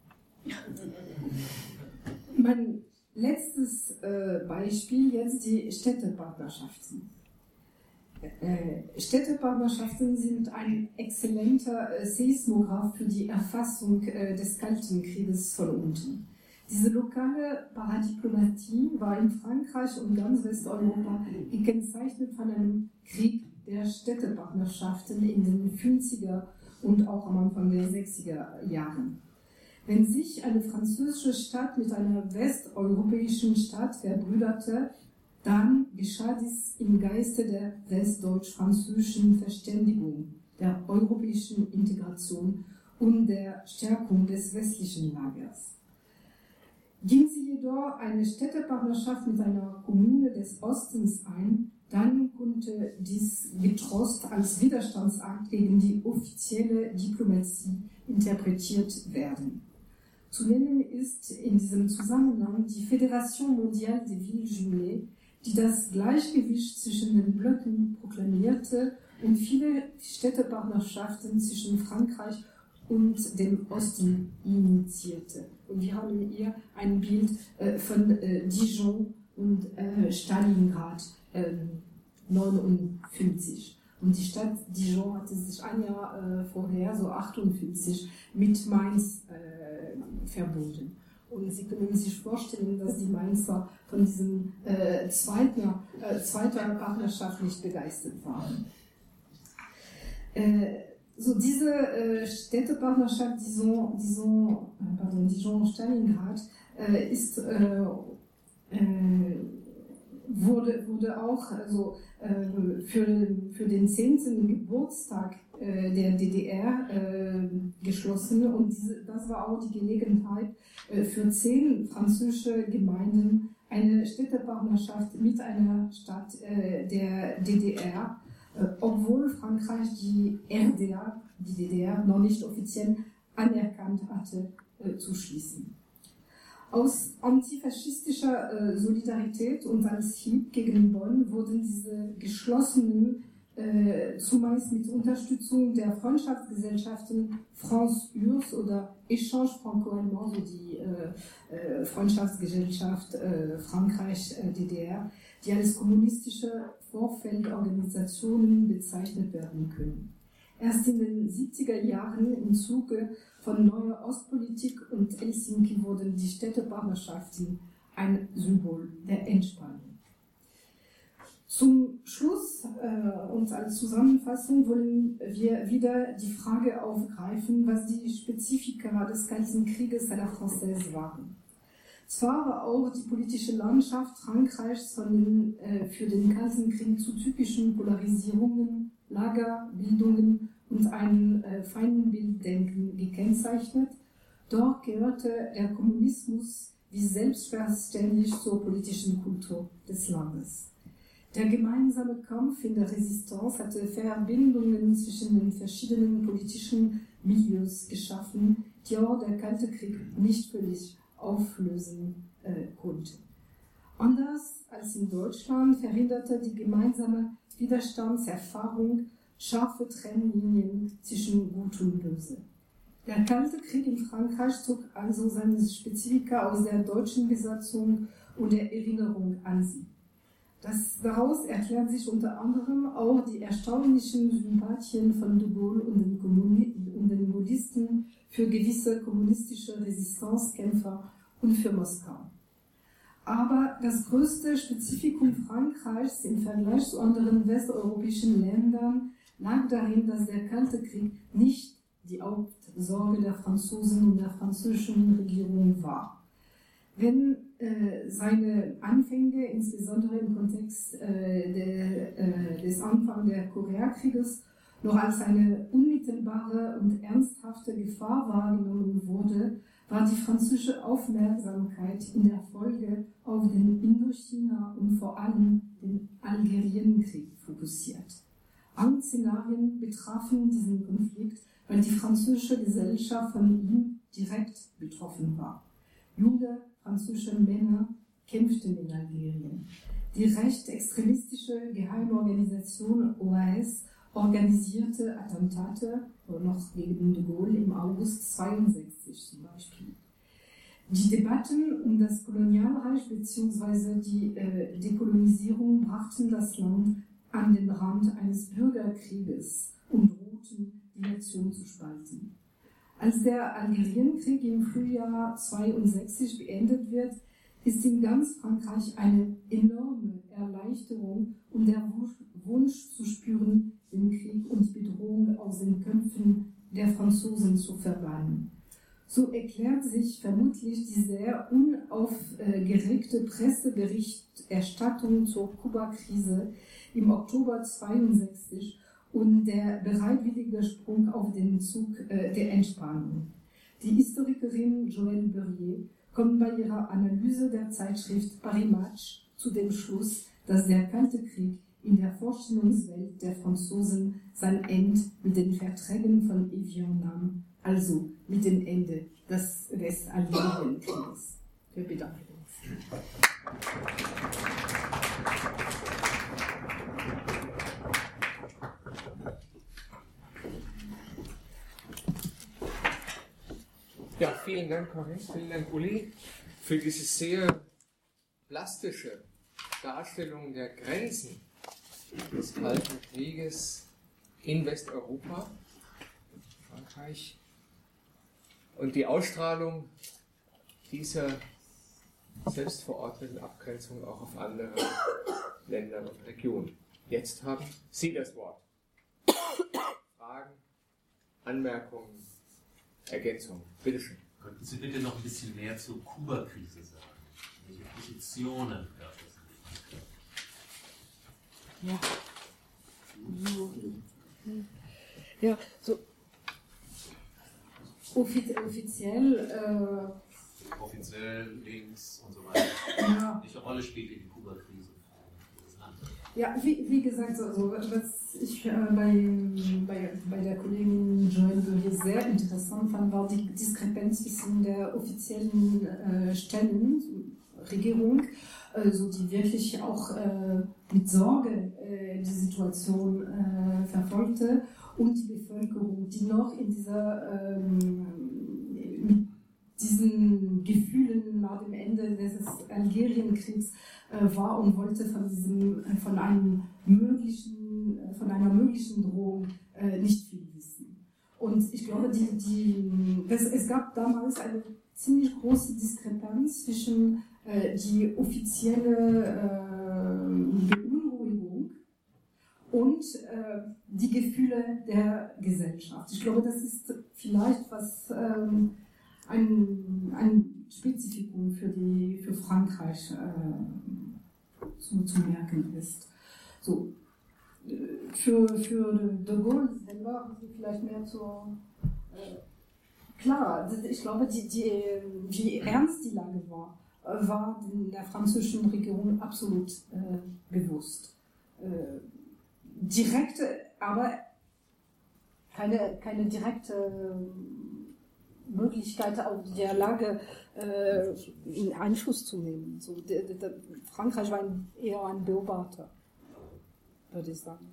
Mein letztes äh, Beispiel jetzt die Städtepartnerschaften. Äh, Städtepartnerschaften sind ein exzellenter äh, Seismograph für die Erfassung äh, des Kalten Krieges von unten. Diese lokale Paradiplomatie war in Frankreich und ganz Westeuropa gekennzeichnet von einem Krieg der Städtepartnerschaften in den fünfziger und auch am Anfang der sechziger Jahren. Wenn sich eine französische Stadt mit einer westeuropäischen Stadt verbrüderte, dann geschah dies im Geiste der westdeutsch-französischen Verständigung, der europäischen Integration und der Stärkung des westlichen Lagers. Ging sie jedoch eine Städtepartnerschaft mit einer Kommune des Ostens ein, dann konnte dies getrost als Widerstandsakt gegen die offizielle Diplomatie interpretiert werden. Zu nennen ist in diesem Zusammenhang die Fédération Mondiale des Villes Jumelées, die das Gleichgewicht zwischen den Blöcken proklamierte und viele Städtepartnerschaften zwischen Frankreich und dem Osten initiierte. Und wir haben hier ein Bild äh, von äh, Dijon und äh, Stalingrad äh, neunundfünfzig. Und die Stadt Dijon hatte sich ein Jahr äh, vorher, so achtundfünfzig, mit Mainz äh, verbunden. Und Sie können sich vorstellen, dass die Mainzer von diesem äh, zweiten, äh, zweiter Partnerschaft nicht begeistert waren. Äh, so diese äh, Städtepartnerschaft Dijon, Dijon, äh, pardon, Dijon-Stalingrad äh, ist äh, äh, wurde, wurde auch also, äh, für, für den zehnten Geburtstag äh, der D D R äh, geschlossen und diese, das war auch die Gelegenheit äh, für zehn französische Gemeinden eine Städtepartnerschaft mit einer Stadt äh, der D D R, äh, obwohl Frankreich die R D R, die D D R, noch nicht offiziell anerkannt hatte, äh, zu schließen. Aus antifaschistischer äh, Solidarität und als Hieb gegen Bonn wurden diese geschlossenen, äh, zumeist mit Unterstützung der Freundschaftsgesellschaften France-U R S S oder Échange Franco-Allemand, so die äh, äh, Freundschaftsgesellschaft äh, Frankreich-D D R, die als kommunistische Vorfeldorganisationen bezeichnet werden können. Erst in den siebziger Jahren im Zuge von neuer Ostpolitik und Helsinki wurden die Städtepartnerschaften ein Symbol der Entspannung. Zum Schluss äh, und als Zusammenfassung wollen wir wieder die Frage aufgreifen, was die Spezifika des Kalten Krieges à la Française waren. Zwar war auch die politische Landschaft Frankreichs von den äh, für den Kalten Krieg zu typischen Polarisierungen, Lagerbildungen und einem äh, Feindbilddenken gekennzeichnet, doch gehörte der Kommunismus wie selbstverständlich zur politischen Kultur des Landes. Der gemeinsame Kampf in der Resistance hatte Verbindungen zwischen den verschiedenen politischen Milieus geschaffen, die auch der Kalte Krieg nicht völlig auflösen äh, konnte. Anders als in Deutschland verhinderte die gemeinsame Widerstandserfahrung scharfe Trennlinien zwischen Gut und Böse. Der Kalte Krieg in Frankreich zog also seine Spezifika aus der deutschen Besatzung und der Erinnerung an sie. Das, daraus erklärt sich unter anderem auch die erstaunlichen Sympathien von de Gaulle und den, Kommuni- und den Gaulisten für gewisse kommunistische Resistancekämpfer und für Moskau. Aber das größte Spezifikum Frankreichs im Vergleich zu anderen westeuropäischen Ländern lag darin, dass der Kalte Krieg nicht die Hauptsorge der Franzosen und der französischen Regierung war. Wenn äh, seine Anfänge, insbesondere im Kontext äh, der, äh, des Anfangs des Koreakrieges, noch als eine unmittelbare und ernsthafte Gefahr wahrgenommen wurde, war die französische Aufmerksamkeit in der Folge auf den Indochina und vor allem den Algerienkrieg fokussiert. Angstszenarien betrafen diesen Konflikt, weil die französische Gesellschaft von ihm direkt betroffen war. Junge französische Männer kämpften in Algerien. Die rechtsextremistische Geheimorganisation O A S organisierte Attentate, noch gegen de Gaulle im August zweiundsechzig zum Beispiel. Die Debatten um das Kolonialreich bzw. die äh, Dekolonisierung brachten das Land an den Rand eines Bürgerkrieges und drohten, die Nation zu spalten. Als der Algerienkrieg im Frühjahr zweiundsechzig beendet wird, ist in ganz Frankreich eine enorme Erleichterung und der Wunsch zu spüren, den Krieg und die Bedrohung aus den Köpfen der Franzosen zu verbannen. So erklärt sich vermutlich die sehr unaufgeregte Presseberichterstattung zur Kuba-Krise im Oktober zweiundsechzig und der bereitwillige Sprung auf den Zug äh, der Entspannung. Die Historikerin Joëlle Burrier kommt bei ihrer Analyse der Zeitschrift Paris Match zu dem Schluss, dass der Kalte Krieg in der Vorstellungswelt der Franzosen sein Ende mit den Verträgen von Evian nahm, also mit dem Ende des Westalgerienkrieges. Wir bedanken uns. Ja, vielen Dank, Corinne, vielen Dank, Uli, für diese sehr plastische Darstellung der Grenzen des Kalten Krieges in Westeuropa, Frankreich, und die Ausstrahlung dieser selbstverordneten Abgrenzung auch auf andere Länder und Regionen. Jetzt haben Sie das Wort. Fragen, Anmerkungen, Ergänzungen. Bitte schön. Könnten Sie bitte noch ein bisschen mehr zur Kuba-Krise sagen? Welche Positionen gab es? Ja. Ja, so offiz offiziell. Äh, offiziell links und so weiter. Ja. Welche Rolle spielte die Kuba-Krise? Ja, wie, wie gesagt, also, was ich äh, bei, bei, bei der Kollegin Joëlle Burrier sehr interessant fand, war die Diskrepanz zwischen der offiziellen äh, Stellen, Regierung, also die wirklich auch äh, mit Sorge äh, die Situation äh, verfolgte, und die Bevölkerung, die noch in dieser ähm, mit diesen Gefühlen nach dem Ende des Algerienkriegs äh, war und wollte von diesem, äh, von einem möglichen, äh, von einer möglichen Drohung äh, nicht viel wissen. Und ich glaube, die, die, es, es gab damals eine ziemlich große Diskrepanz zwischen äh, die offizielle äh, Beunruhigung und äh, die Gefühle der Gesellschaft. Ich glaube, das ist vielleicht was ähm, ein, ein Spezifikum für, die, für Frankreich äh, zu, zu merken ist. So, für, für de Gaulle selber haben Sie vielleicht mehr zur... Äh, klar, ich glaube, die, die, wie ernst die Lage war, war der französischen Regierung absolut äh, bewusst. Äh, direkte, aber keine, keine direkte Möglichkeit, auf die Lage äh, in Einfluss zu nehmen. So, der, der, Frankreich war ein, eher ein Beobachter, würde ich sagen.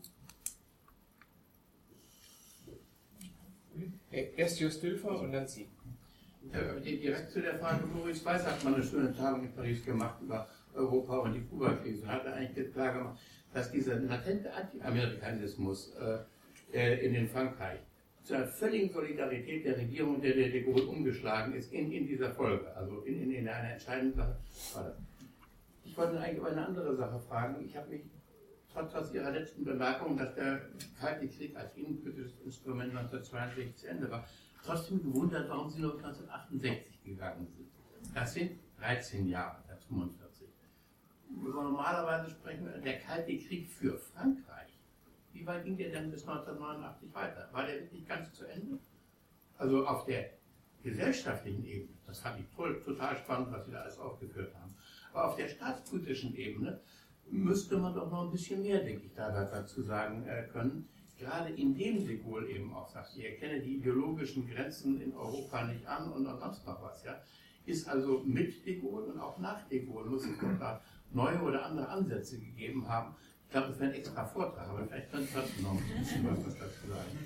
Erst Just Dülfer und dann Sie. Ja, direkt zu der Frage, Moritz Weiß hat mal eine schöne Tagung in Paris gemacht über Europa und die Kuba-Krise. Hat er eigentlich klar gemacht, dass dieser latente Anti-Amerikanismus äh, in den Frankreich zu einer völligen Solidarität der Regierung, der der de Gaulle umgeschlagen ist, in, in dieser Folge, also in, in, in einer entscheidenden Sache. War das. Ich wollte eigentlich über eine andere Sache fragen. Ich habe mich trotz, trotz Ihrer letzten Bemerkung, dass der Kalte Krieg als innenpolitisches Instrument neunzehnhundertzweiundsechzig zu Ende war, trotzdem gewundert, warum Sie nur neunzehnhundertachtundsechzig gegangen sind. Das sind dreizehn Jahre, das fünfundvierzig. Normalerweise sprechen wir der Kalte Krieg für Frankreich. Wie weit ging der denn bis neunzehnhundertneunundachtzig weiter? War der wirklich ganz zu Ende? Also auf der gesellschaftlichen Ebene, das fand ich toll, total spannend, was Sie da alles aufgeführt haben. Aber auf der staatspolitischen Ebene müsste man doch noch ein bisschen mehr, denke ich, da dazu sagen äh, können. Gerade indem de Gaulle eben auch sagt, ich erkenne die ideologischen Grenzen in Europa nicht an und sonst noch was, ja, ist also mit de Gaulle und auch nach de Gaulle muss es doch da neue oder andere Ansätze gegeben haben. Ich glaube, das wäre ein extra Vortrag, aber vielleicht können Sie noch ein bisschen was dazu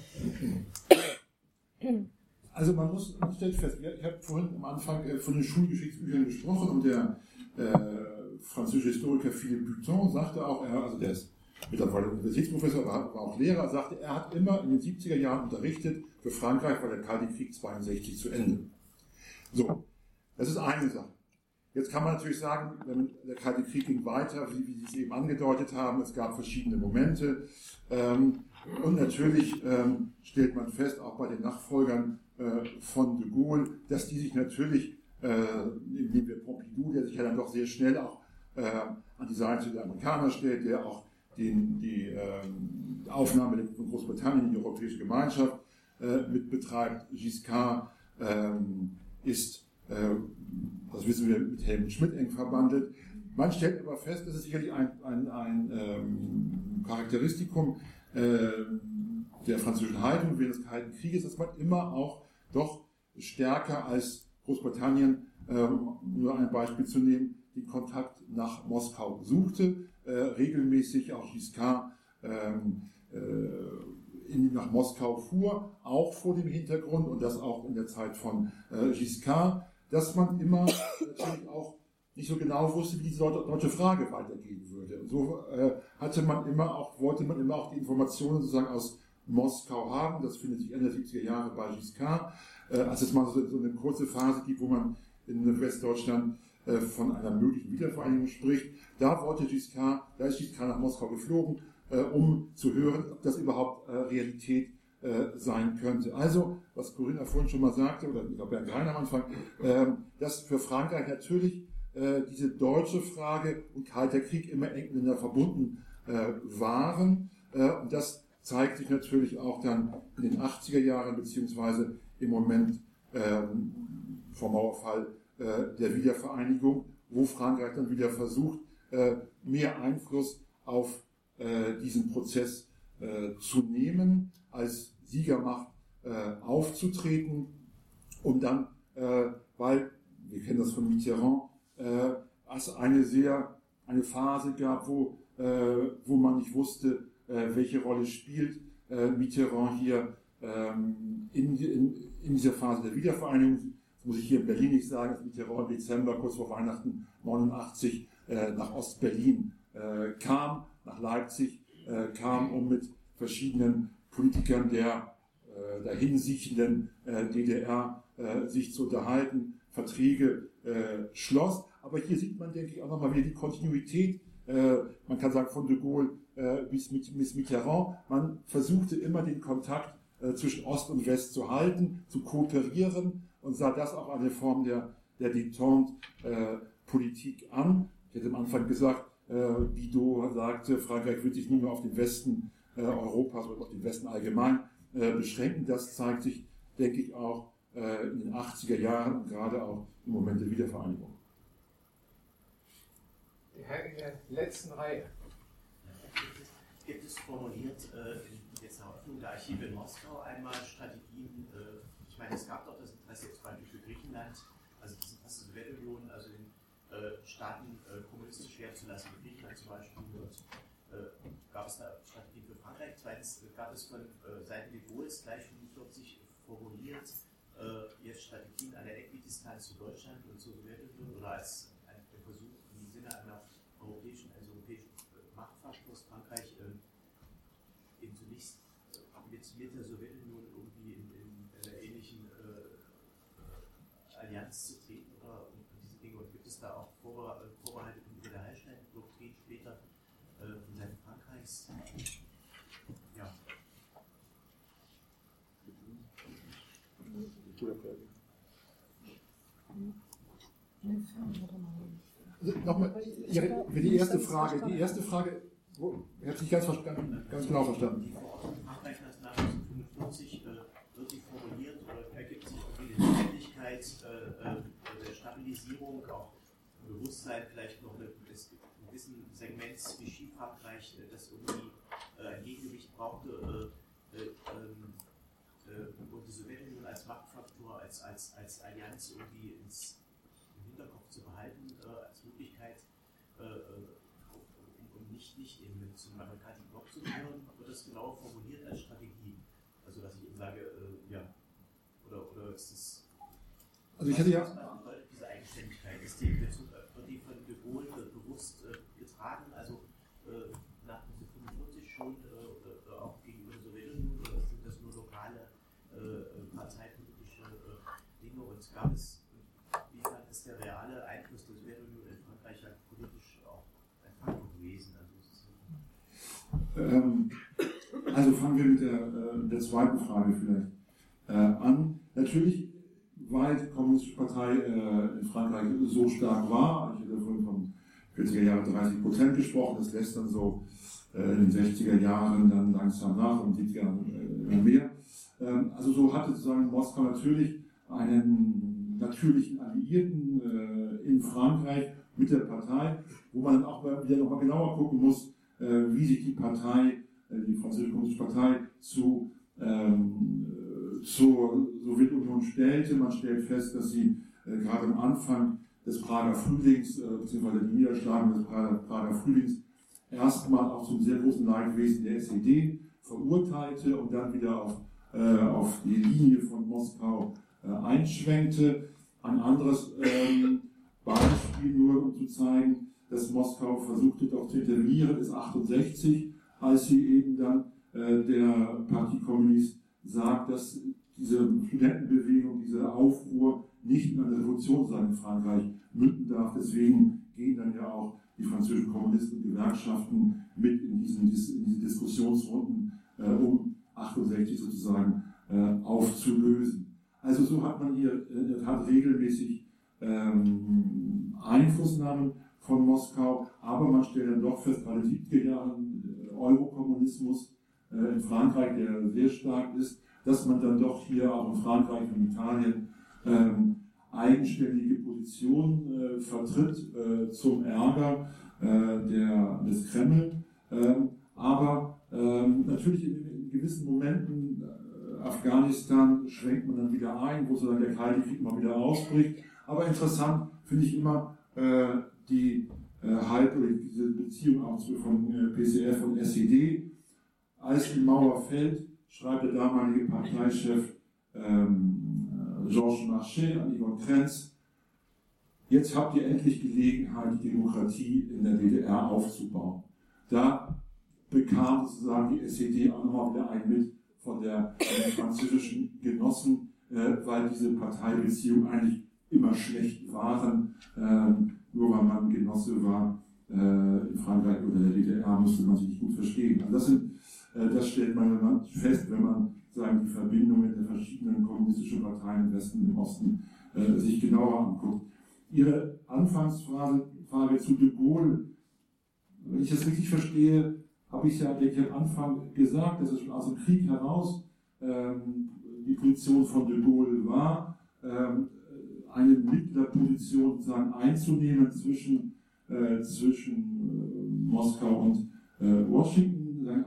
sagen. Also man muss, man stellt fest, ich habe vorhin am Anfang von den Schulgeschichtsbüchern gesprochen und der äh, französische Historiker Philippe Buton sagte auch, er, also der ist mittlerweile Universitätsprofessor, war, war auch Lehrer, sagte, er hat immer in den siebziger Jahren unterrichtet, für Frankreich war der Kalte Krieg zweiundsechzig zu Ende. So, das ist eine Sache. Jetzt kann man natürlich sagen, wenn der Kalte Krieg ging weiter, wie, wie Sie es eben angedeutet haben, es gab verschiedene Momente ähm, und natürlich ähm, stellt man fest, auch bei den Nachfolgern äh, von de Gaulle, dass die sich natürlich, äh, nehmen wir Pompidou, der sich ja dann doch sehr schnell auch äh, an die Seite der Amerikaner stellt, der auch den, die ähm, Aufnahme von Großbritannien in die Europäische Gemeinschaft äh, mit betreibt. Giscard ähm, ist, äh, das wissen wir, mit Helmut Schmidt eng verbandelt. Man stellt aber fest, das ist sicherlich ein, ein, ein ähm, Charakteristikum äh, der französischen Haltung während des Kalten Krieges, dass man immer auch doch stärker als Großbritannien, ähm, nur ein Beispiel zu nehmen, den Kontakt nach Moskau suchte, äh, regelmäßig auch Giscard ähm, äh, in, nach Moskau fuhr, auch vor dem Hintergrund, und das auch in der Zeit von äh, Giscard, dass man immer natürlich auch nicht so genau wusste, wie diese deutsche Frage weitergehen würde. Und so äh, hatte man immer auch, wollte man immer auch die Informationen sozusagen aus Moskau haben. Das findet sich Ende der siebziger Jahre bei Giscard, äh, als es mal so, so eine kurze Phase gibt, wo man in Westdeutschland äh, von einer möglichen Wiedervereinigung spricht. Da wollte Giscard, da ist Giscard nach Moskau geflogen, äh, um zu hören, ob das überhaupt äh, Realität äh, sein könnte. Also, was Corinna vorhin schon mal sagte, oder ich glaube Bernd Grein am Anfang, äh, dass für Frankreich natürlich äh, diese deutsche Frage und Kalter Krieg immer eng miteinander verbunden äh, waren. Äh, und das zeigt sich natürlich auch dann in den achtziger Jahren, beziehungsweise im Moment ähm, vom Mauerfall äh, der Wiedervereinigung, wo Frankreich dann wieder versucht, äh, mehr Einfluss auf äh, diesen Prozess äh, zu nehmen, als Siegermacht äh, aufzutreten, um dann, äh, weil, wir kennen das von Mitterrand, äh, es eine sehr, eine Phase gab, wo, äh, wo man nicht wusste, äh, welche Rolle spielt äh, Mitterrand hier ähm, in, in, in dieser Phase der Wiedervereinigung. Das muss ich hier in Berlin nicht sagen, dass Mitterrand im Dezember, kurz vor Weihnachten neunundachtzig, äh, nach Ostberlin äh, kam, nach Leipzig äh, kam, um mit verschiedenen Politikern der äh, dahinsiechenden äh, D D R äh, sich zu unterhalten, Verträge äh, schloss. Aber hier sieht man, denke ich, auch nochmal wieder die Kontinuität, äh, man kann sagen von de Gaulle äh, bis, mit, bis Mitterrand. Man versuchte immer den Kontakt äh, zwischen Ost und West zu halten, zu kooperieren und sah das auch eine Form der, der Détente-Politik äh, an. Ich hätte am Anfang gesagt, äh, Bidault sagte, Frankreich wird sich nicht mehr auf den Westen äh, Europas oder auf den Westen allgemein äh, beschränken. Das zeigt sich, denke ich, auch äh, in den achtziger Jahren und gerade auch im Moment der Wiedervereinigung. Der Herr in der letzten Reihe. Gibt es formuliert äh, in der Eröffnung der Archive in Moskau einmal Strategien, äh, ich meine, es gab doch das Interesse zum Beispiel für Griechenland, also das Interesse der Sowjetunion, also den äh, Staaten äh, kommunistisch werden zu lassen, wie Griechenland zum Beispiel. Und, äh, gab es da Strategien für Frankreich? Zweitens äh, gab es von äh, Seiten de Gaulles gleich fünfundvierzig formuliert, äh, jetzt Strategien einer Äquidistanz zu Deutschland und zur Sowjetunion oder als ein Versuch im Sinne einer europäischen, eines europäischen Machtverschluss Frankreich äh, eben zunächst äh, mit, mit der Sowjetunion irgendwie in, in einer ähnlichen äh, Allianz zu treten oder und diese Dinge. Und gibt es da auch Vorbe Vorbehalte in der Hallstein-Doktrin später äh, von Seiten Frankreichs? Ja. Nochmal, die erste Frage, die erste Frage, ich habe es nicht ganz, verstanden, ganz genau verstanden. Die Verordnung Frankreich nach neunzehnhundertfünfundvierzig äh, wird sie formuliert oder ergibt sich irgendwie die Notwendigkeit, äh, der Stabilisierung, auch Bewusstsein vielleicht noch eine, des gewissen Segments wie Ski-Frankreich, das irgendwie äh, ein Gegengewicht brauchte, äh, äh, äh, und die Sowjetunion als Machtfaktor, als, als, als Allianz irgendwie ins, im Hinterkopf zu behalten, äh, als Möglichkeit, äh, um, um nicht, nicht eben zum amerikanischen Block zu gehören, wird das genau formuliert als Strategie. Also dass ich eben sage, äh, ja, oder, oder ist es... Also ich hätte ja... Diese Eigenständigkeit, ist die, wird die von de Gaulle bewusst äh, getragen, also äh, nach neunzehnhundertfünfundvierzig schon äh, oder auch gegenüber der Sowjetunion, oder sind das nur lokale äh, parteipolitische äh, Dinge, und gab es, inwiefern ist der reale Einfluss der Sowjetunion in Frankreich ja politisch auch ein Faktor gewesen? Also, ähm, also fangen wir mit der, äh, der zweiten Frage vielleicht äh, an. Natürlich, weil die Kommunistische Partei äh, in Frankreich so stark war, ich hatte vorhin von vierziger Jahren dreißig Prozent gesprochen, das lässt dann so äh, in den sechziger Jahren dann langsam nach und siebziger Jahren äh, immer mehr. Ähm, also so hatte sozusagen Moskau natürlich einen natürlichen Alliierten äh, in Frankreich mit der Partei, wo man dann auch wieder nochmal genauer gucken muss, äh, wie sich die Partei, äh, die französische Kommunistische Partei, zu ähm, zur Sowjetunion stellte. Man stellt fest, dass sie äh, gerade am Anfang des Prager Frühlings, äh, beziehungsweise die Niederschlagung des Prager, Prager Frühlings, erstmal auch zum sehr großen Leidwesen der S E D verurteilte und dann wieder auf, äh, auf die Linie von Moskau äh, einschwenkte. Ein anderes ähm, Beispiel nur, um zu zeigen, dass Moskau versuchte doch zu intervenieren, ist achtundsechzig, als sie eben dann äh, der Parti Kommunist sagt, dass diese Studentenbewegung, dieser Aufruhr nicht in eine Revolution sein in Frankreich münden darf. Deswegen gehen dann ja auch die französischen Kommunisten und Gewerkschaften mit in, diesen, in diese Diskussionsrunden, äh, um achtundsechzig sozusagen äh, aufzulösen. Also so hat man hier in der Tat regelmäßig ähm, Einflussnahmen von Moskau, aber man stellt dann doch fest, gerade in den siebziger Jahren äh, Eurokommunismus in Frankreich, der sehr stark ist, dass man dann doch hier auch in Frankreich und Italien ähm, eigenständige Positionen äh, vertritt äh, zum Ärger äh, der, des Kreml. Ähm, aber ähm, natürlich in, in gewissen Momenten, äh, Afghanistan schwenkt man dann wieder ein, wo so dann der Kalte Krieg mal wieder ausbricht. Aber interessant finde ich immer äh, die äh, Halt oder diese Beziehung auch von äh, P C F und S E D. Als die Mauer fällt, schreibt der damalige Parteichef ähm, Georges Marchais an Egon Krenz: Jetzt habt ihr endlich Gelegenheit, die Demokratie in der D D R aufzubauen. Da bekam sozusagen die S E D auch nochmal wieder ein mit von der äh, französischen Genossen, äh, weil diese Parteibeziehungen eigentlich immer schlecht waren. Ähm, nur weil man Genosse war äh, in Frankreich oder der D D R, musste man sich nicht gut verstehen. Also das sind Das stellt man fest, wenn man sagen, die Verbindungen der verschiedenen kommunistischen Parteien im Westen und im Osten äh, sich genauer anguckt. Ihre Anfangsfrage Frage zu de Gaulle, wenn ich das richtig verstehe, habe ich ja, denke ich, am Anfang gesagt, dass es schon aus dem Krieg heraus ähm, die Position von de Gaulle war, ähm, eine Mittlerposition sozusagen einzunehmen zwischen, äh, zwischen äh, Moskau und äh, Washington.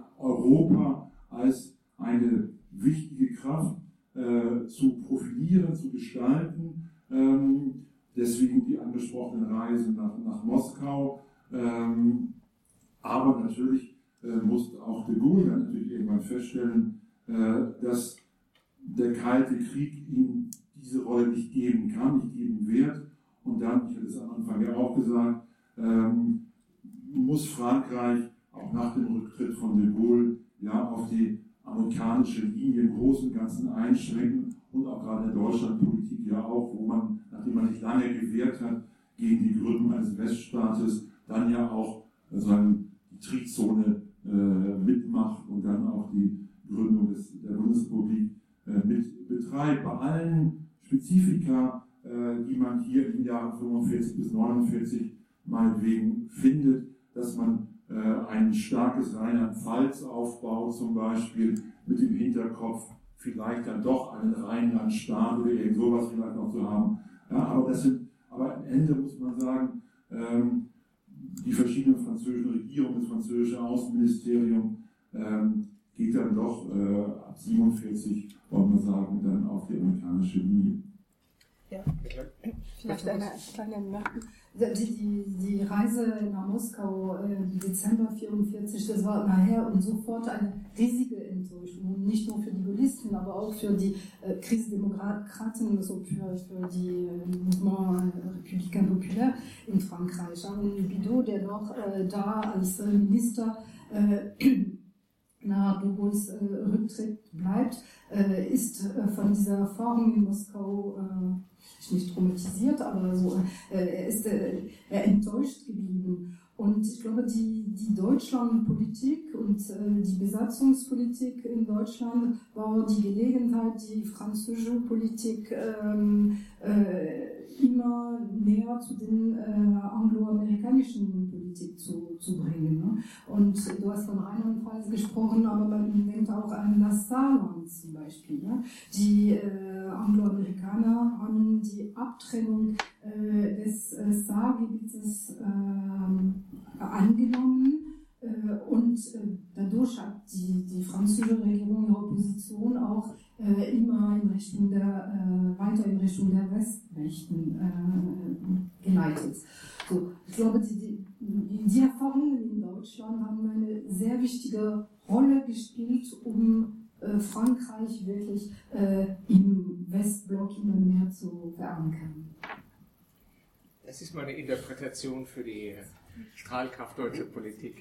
Europa als eine wichtige Kraft äh, zu profilieren, zu gestalten. Ähm, deswegen die angesprochenen Reisen nach, nach Moskau. Ähm, aber natürlich äh, musste auch de Gaulle dann natürlich irgendwann feststellen, äh, dass der Kalte Krieg ihm diese Rolle nicht geben kann, nicht geben wird. Und dann, ich hatte es am Anfang ja auch gesagt, ähm, muss Frankreich auch nach dem Rücktritt von de Gaulle ja auf die amerikanische Linie im Großen und Ganzen einschränken und auch gerade in der Deutschlandpolitik ja auch, wo man, nachdem man sich lange gewehrt hat gegen die Gründung eines Weststaates, dann ja auch sagen, die Trizone äh, mitmacht und dann auch die Gründung des, der Bundesrepublik äh, mit betreibt. Bei allen Spezifika, äh, die man hier in den Jahren fünfundvierzig bis neunundvierzig meinetwegen findet, dass man ein starkes Rheinland-Pfalz aufbaut, zum Beispiel mit dem Hinterkopf vielleicht dann doch einen Rheinland-Staat oder irgend sowas vielleicht noch zu haben. Ja, aber, das sind, aber am Ende muss man sagen, ähm, die verschiedenen französischen Regierungen, das französische Außenministerium ähm, geht dann doch äh, ab siebenundvierzig, wollen wir sagen, dann auf die amerikanische Linie. Ja, vielleicht eine kleine Bemerkung. Die, die, die Reise nach Moskau im Dezember vierundvierzig, das war nachher und sofort eine riesige Enttäuschung. Nicht nur für die Gaullisten, aber auch für die äh, Christdemokraten, also für, für die äh, Mouvement Républicain Populaire in Frankreich. Und Bidault, der noch äh, da als äh, Minister äh, nach de Gaulles äh, Rücktritt bleibt, äh, ist äh, von dieser Erfahrung in Moskau äh, nicht traumatisiert, aber so, äh, er ist äh, er enttäuscht geblieben. Und ich glaube, die, die Deutschlandpolitik und äh, die Besatzungspolitik in Deutschland war die Gelegenheit, die französische Politik ähm, äh, immer näher zu den äh, angloamerikanischen Politik zu, zu bringen. Ne? Und du hast von Rheinland-Pfalz gesprochen, aber man denkt auch an das Saarland zum Beispiel. Ne? Die äh, Angloamerikaner haben die Abtrennung äh, des äh, Saargebietes äh, angenommen. Und dadurch hat die, die französische Regierung ihre Position auch äh, immer in Richtung der, äh, weiter in Richtung der Westmächten äh, geleitet. So, ich glaube, die, die, die Erfahrungen in Deutschland haben eine sehr wichtige Rolle gespielt, um äh, Frankreich wirklich äh, im Westblock immer mehr zu verankern. Das ist meine Interpretation für die Strahlkraft deutscher Politik.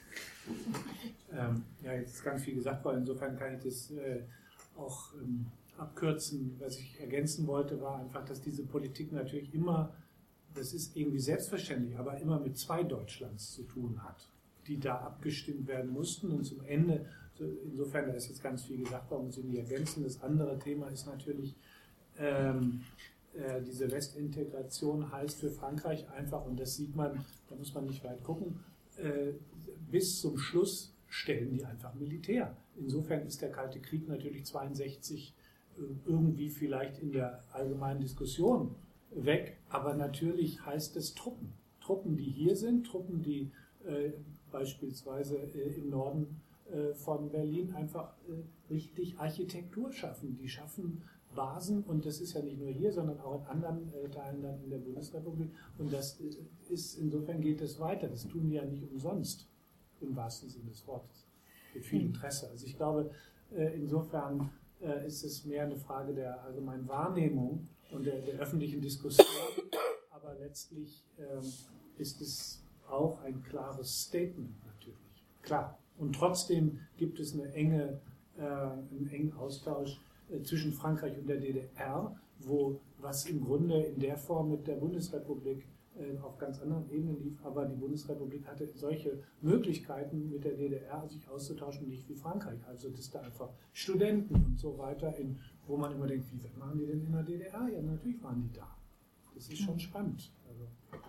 Ähm, ja, jetzt ist ganz viel gesagt worden, insofern kann ich das äh, auch ähm, abkürzen. Was ich ergänzen wollte, war einfach, dass diese Politik natürlich immer, das ist irgendwie selbstverständlich, aber immer mit zwei Deutschlands zu tun hat, die da abgestimmt werden mussten. Und zum Ende, insofern, da ist jetzt ganz viel gesagt worden, muss ich nicht ergänzen. Das andere Thema ist natürlich, ähm, äh, diese Westintegration heißt für Frankreich einfach, und das sieht man, da muss man nicht weit gucken, äh, bis zum Schluss stellen die einfach Militär. Insofern ist der Kalte Krieg natürlich zweiundsechzig irgendwie vielleicht in der allgemeinen Diskussion weg, aber natürlich heißt es Truppen. Truppen, die hier sind, Truppen, die äh, beispielsweise äh, im Norden äh, von Berlin einfach äh, richtig Architektur schaffen. Die schaffen Basen, und das ist ja nicht nur hier, sondern auch in anderen äh, Teilen dann in der Bundesrepublik, und das äh, ist, insofern geht es weiter. Das tun die ja nicht umsonst, im wahrsten Sinne des Wortes, mit viel Interesse. Also ich glaube, äh, insofern äh, ist es mehr eine Frage der allgemeinen Wahrnehmung und der, der öffentlichen Diskussion, aber letztlich ähm, ist es auch ein klares Statement natürlich, klar. Und trotzdem gibt es eine enge, äh, einen engen Austausch äh, zwischen Frankreich und der D D R, wo was im Grunde in der Form mit der Bundesrepublik äh, auf ganz anderen Ebenen lief, aber die Bundesrepublik hatte solche Möglichkeiten mit der D D R sich auszutauschen, nicht wie Frankreich. Also dass da einfach Studenten und so weiter, in, wo man immer denkt, wie waren die denn in der D D R? Ja, natürlich waren die da. Das ist schon spannend. Also.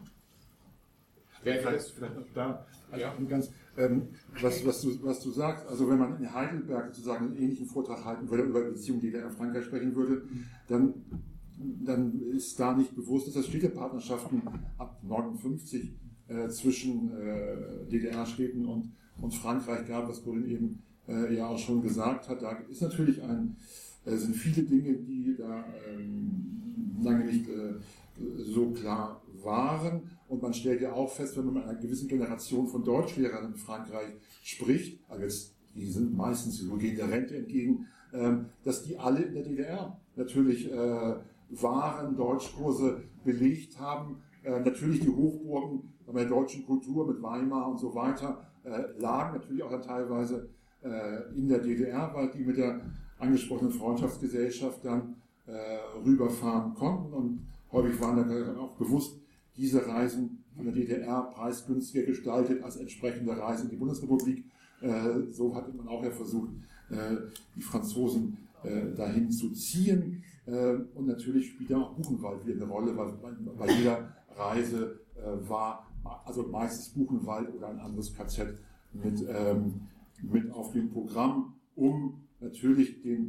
Ja, vielleicht, vielleicht noch da, also ja. ganz, ähm, was, was, du, was du sagst, also wenn man in Heidelberg sozusagen einen ähnlichen Vortrag halten würde, über Beziehungen D D R-Frankreich sprechen würde, dann, dann ist da nicht bewusst, dass es Städtepartnerschaften ab neunundfünfzig äh, zwischen äh, D D R-Städten und, und Frankreich gab, was Corinne eben äh, ja auch schon gesagt hat. Da ist natürlich ein, äh, sind viele Dinge, die da ähm, lange nicht äh, so klar waren. Und man stellt ja auch fest, wenn man mit einer gewissen Generation von Deutschlehrern in Frankreich spricht, also jetzt, die sind meistens so gegen der Rente entgegen, ähm, dass die alle in der D D R natürlich äh, waren, Deutschkurse belegt haben. Äh, natürlich die Hochburgen der deutschen Kultur mit Weimar und so weiter äh, lagen natürlich auch dann teilweise äh, in der D D R, weil die mit der angesprochenen Freundschaftsgesellschaft dann äh, rüberfahren konnten. Und häufig waren dann auch bewusst diese Reisen von der D D R preisgünstiger gestaltet als entsprechende Reisen in die Bundesrepublik. Äh, so hat man auch ja versucht, äh, die Franzosen äh, dahin zu ziehen. Äh, und natürlich spielt ja auch Buchenwald wieder eine Rolle, weil bei jeder Reise äh, war also meistens Buchenwald oder ein anderes K Z mit, ähm, mit auf dem Programm, um natürlich den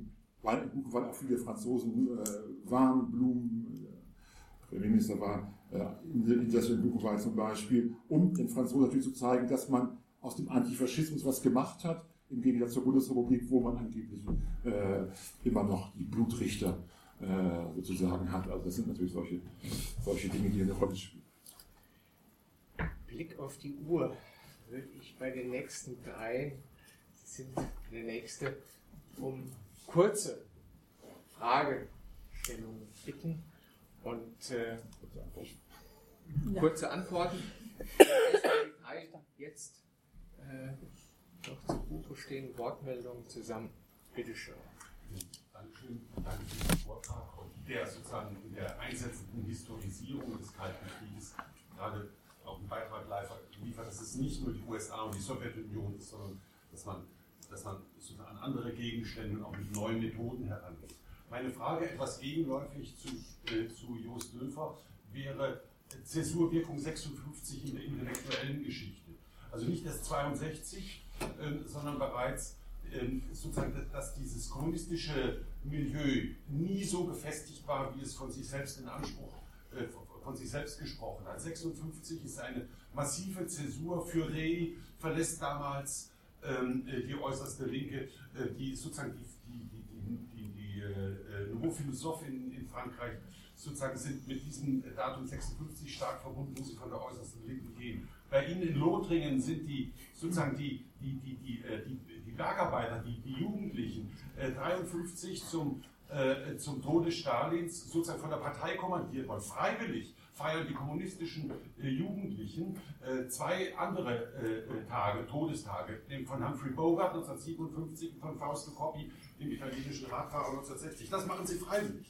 weil, weil auch viele Franzosen äh, waren, Blum, der Premierminister war, äh, in das in Buchenwald zum Beispiel, um den Franzosen natürlich zu zeigen, dass man aus dem Antifaschismus was gemacht hat, im Gegensatz zur Bundesrepublik, wo man angeblich äh, immer noch die Blutrichter äh, sozusagen hat. Also das sind natürlich solche, solche Dinge, die eine Rolle spielen. Blick auf die Uhr würde ich bei den nächsten drei, Sie sind der nächste, um kurze Fragestellungen bitten und äh, kurze Antworten. Jetzt äh, noch zu Buche stehen Wortmeldungen zusammen. Bitte schön. Dankeschön, danke für den Vortrag und der sozusagen in der einsetzenden Historisierung des Kalten Krieges gerade auch einen Beitrag liefert, dass es nicht nur die U S A und die Sowjetunion ist, sondern dass man, dass man sozusagen an andere Gegenstände und auch mit neuen Methoden herangeht. Meine Frage, etwas gegenläufig zu, äh, zu Jost Löfer, wäre Zäsurwirkung sechsundfünfzig in der intellektuellen Geschichte. Also nicht erst zweiundsechzig, äh, sondern bereits äh, sozusagen, dass dieses kommunistische Milieu nie so gefestigt war, wie es von sich selbst in Anspruch äh, von sich selbst gesprochen hat. sechsundfünfzig ist eine massive Zäsur. Furet verlässt damals ähm, die äußerste Linke, äh, die sozusagen die, die, die, die, die äh, Nouveau Philosophe in, in Frankreich sozusagen sind mit diesem Datum sechsundfünfzig stark verbunden, wo sie von der äußersten Linken gehen. Bei Ihnen in Lothringen sind die sozusagen die, die, die, die, die, die Bergarbeiter, die, die Jugendlichen, äh, dreiundfünfzig zum Äh, zum Tode Stalins sozusagen von der Partei kommandiert worden. Freiwillig feiern die kommunistischen äh, Jugendlichen äh, zwei andere äh, Tage, Todestage, den von Humphrey Bogart neunzehnhundertsiebenundfünfzig und von Fausto Coppi, dem italienischen Radfahrer neunzehnhundertsechzig. Das machen sie freiwillig.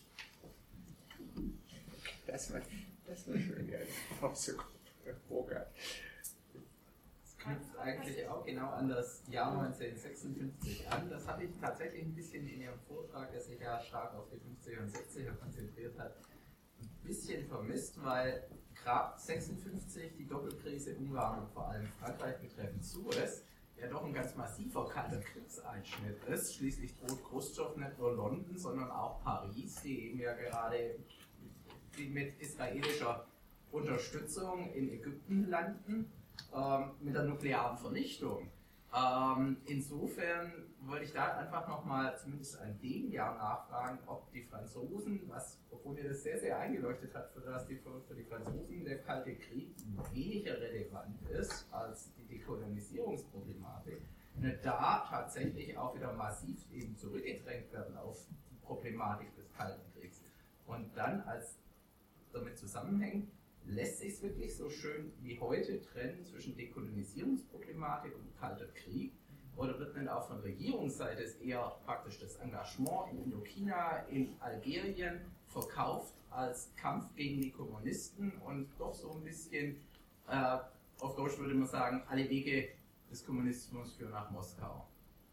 Das war, das war schön, ja. Fausto Bogart. Knüpft eigentlich auch genau an das Jahr neunzehnhundertsechsundfünfzig an. Das habe ich tatsächlich ein bisschen in Ihrem Vortrag, der sich ja stark auf die fünfziger und sechziger konzentriert hat, ein bisschen vermisst, weil gerade sechsundfünfzig die Doppelkrise Ungarn und vor allem Frankreich betreffend Suez ja doch ein ganz massiver kalter Kriegseinschnitt ist. Schließlich droht Khrushchev nicht nur London, sondern auch Paris, die eben ja gerade die mit israelischer Unterstützung in Ägypten landen. Ähm, mit der nuklearen Vernichtung. Ähm, insofern wollte ich da einfach nochmal zumindest an dem Jahr nachfragen, ob die Franzosen, was, obwohl mir das sehr, sehr eingeleuchtet hat, für, das die, für die Franzosen der Kalte Krieg weniger relevant ist als die Dekolonisierungsproblematik, da tatsächlich auch wieder massiv eben zurückgedrängt werden auf die Problematik des Kalten Kriegs. Und dann als damit zusammenhängt, lässt sich es wirklich so schön wie heute trennen zwischen Dekolonisierungsproblematik und Kalter Krieg? Oder wird denn auch von Regierungsseite eher praktisch das Engagement in Indochina, in Algerien verkauft als Kampf gegen die Kommunisten und doch so ein bisschen, äh, auf Deutsch würde man sagen, alle Wege des Kommunismus führen nach Moskau?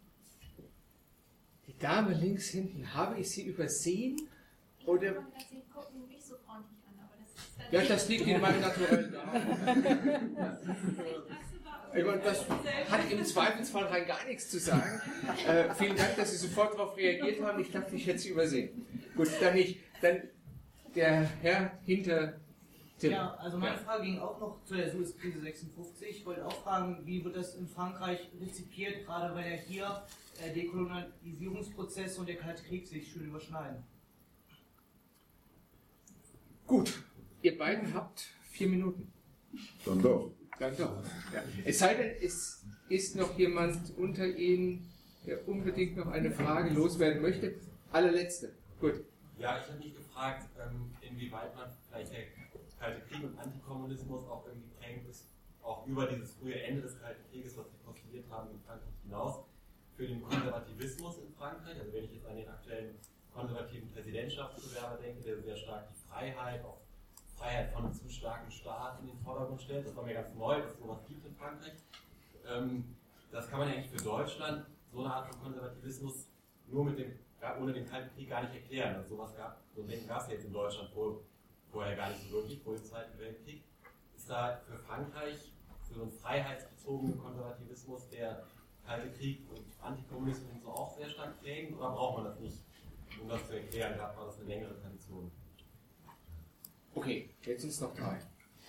Die Dame links hinten, habe ich sie übersehen? Oder? Ja, das liegt in meinem naturellen Namen. Das hat im Zweifelsfall rein gar nichts zu sagen. Äh, vielen Dank, dass Sie sofort darauf reagiert haben. Ich dachte, ich hätte Sie übersehen. Gut, dann nicht. Dann der Herr hinter Tim. Ja, also meine Frage ging auch noch zu der Suezkrise sechsundfünfzig. Ich wollte auch fragen, wie wird das in Frankreich rezipiert, gerade weil ja hier der Dekolonisierungsprozess und der Kalte Krieg sich schön überschneiden. Gut, ihr beiden habt vier Minuten. Dann doch. Dann doch. Ja. Es sei denn, es ist noch jemand unter Ihnen, der unbedingt noch eine Frage loswerden möchte. Allerletzte. Gut. Ja, ich habe mich gefragt, inwieweit man vielleicht der Kalte Krieg und Antikommunismus auch irgendwie prägend ist, auch über dieses frühe Ende des Kalten Krieges, was Sie postuliert haben, in Frankreich hinaus, für den Konservativismus in Frankreich. Also wenn ich jetzt an den aktuellen konservativen Präsidentschaftsbewerber denke, der sehr stark die Freiheit, auch Freiheit von einem zu starken Staat in den Vordergrund stellt. Das war mir ganz neu, dass es sowas gibt in Frankreich. Ähm, das kann man ja eigentlich für Deutschland, so eine Art von Konservativismus, nur mit dem, ohne den Kalten Krieg gar nicht erklären. Also sowas gab, so ein Denken gab es jetzt in Deutschland wohl vorher gar nicht so wirklich, vor dem Zweiten Weltkrieg. Ist da für Frankreich, für so einen freiheitsbezogenen Konservativismus, der Kalte Krieg und Antikommunismus und so auch sehr stark prägend, oder braucht man das nicht um das zu erklären, gab es eine längere Tradition. Okay, jetzt sind es noch drei.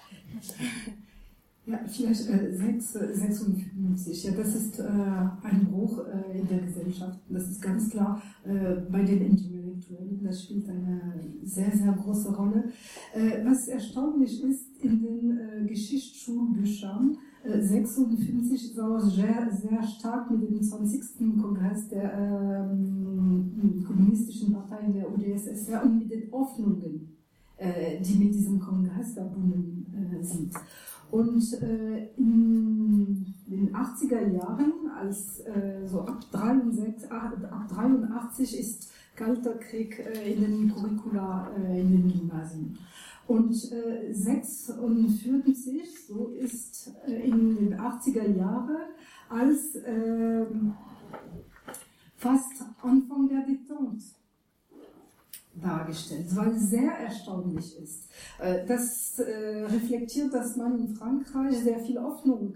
Ja, vielleicht äh, sechs, sechsundfünfzig. Ja, das ist äh, ein Bruch äh, in der Gesellschaft. Das ist ganz klar äh, bei den Intellektuellen. Das spielt eine sehr, sehr große Rolle. Äh, was erstaunlich ist, in den äh, Geschichtsschulbüchern, äh, sechsundfünfzig ist auch sehr, sehr stark mit dem zwanzigsten Kongress der äh, Kommunistischen Partei in der U d S S R und mit den Hoffnungen, äh, die mit diesem Kongress verbunden äh, sind. Und äh, in den achtziger Jahren, als äh, so ab, dreiundsechzig, ab dreiundachtzig ist Kalter Krieg äh, in den Curricula äh, in den Gymnasien. Und äh, sechsundvierzig, so ist äh, in den achtziger Jahren, als äh, fast Anfang der Détente dargestellt, weil sehr erstaunlich ist. Das reflektiert, dass man in Frankreich sehr viel Hoffnung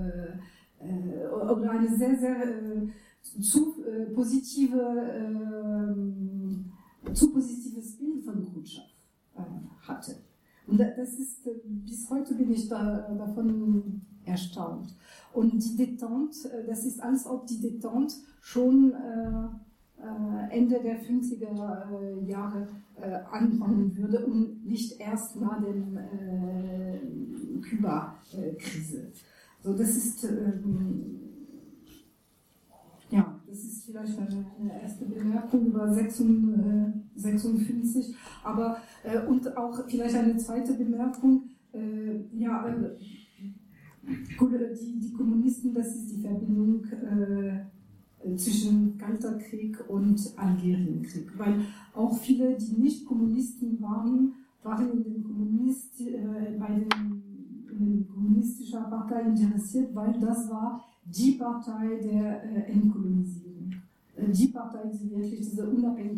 oder eine sehr, sehr zu positive, zu positives Bild von Khrushchev hatte. Und das ist, bis heute bin ich da, davon erstaunt. Und die Détente, das ist, als ob die Détente schon Ende der fünfziger Jahre äh, anfangen würde und nicht erst nach der äh, Kuba-Krise. So, das ist ähm, ja, das ist vielleicht eine, eine erste Bemerkung über sechsundfünfzig, aber äh, und auch vielleicht eine zweite Bemerkung. Äh, ja, äh, die, die Kommunisten, das ist die Verbindung äh, zwischen Kalter Krieg und Algerienkrieg, weil auch viele, die nicht Kommunisten waren, waren in den, Kommunist, äh, bei den, in den kommunistischen Partei interessiert, weil das war die Partei der äh, Entkolonisierung. Äh, die Partei, die wirklich diese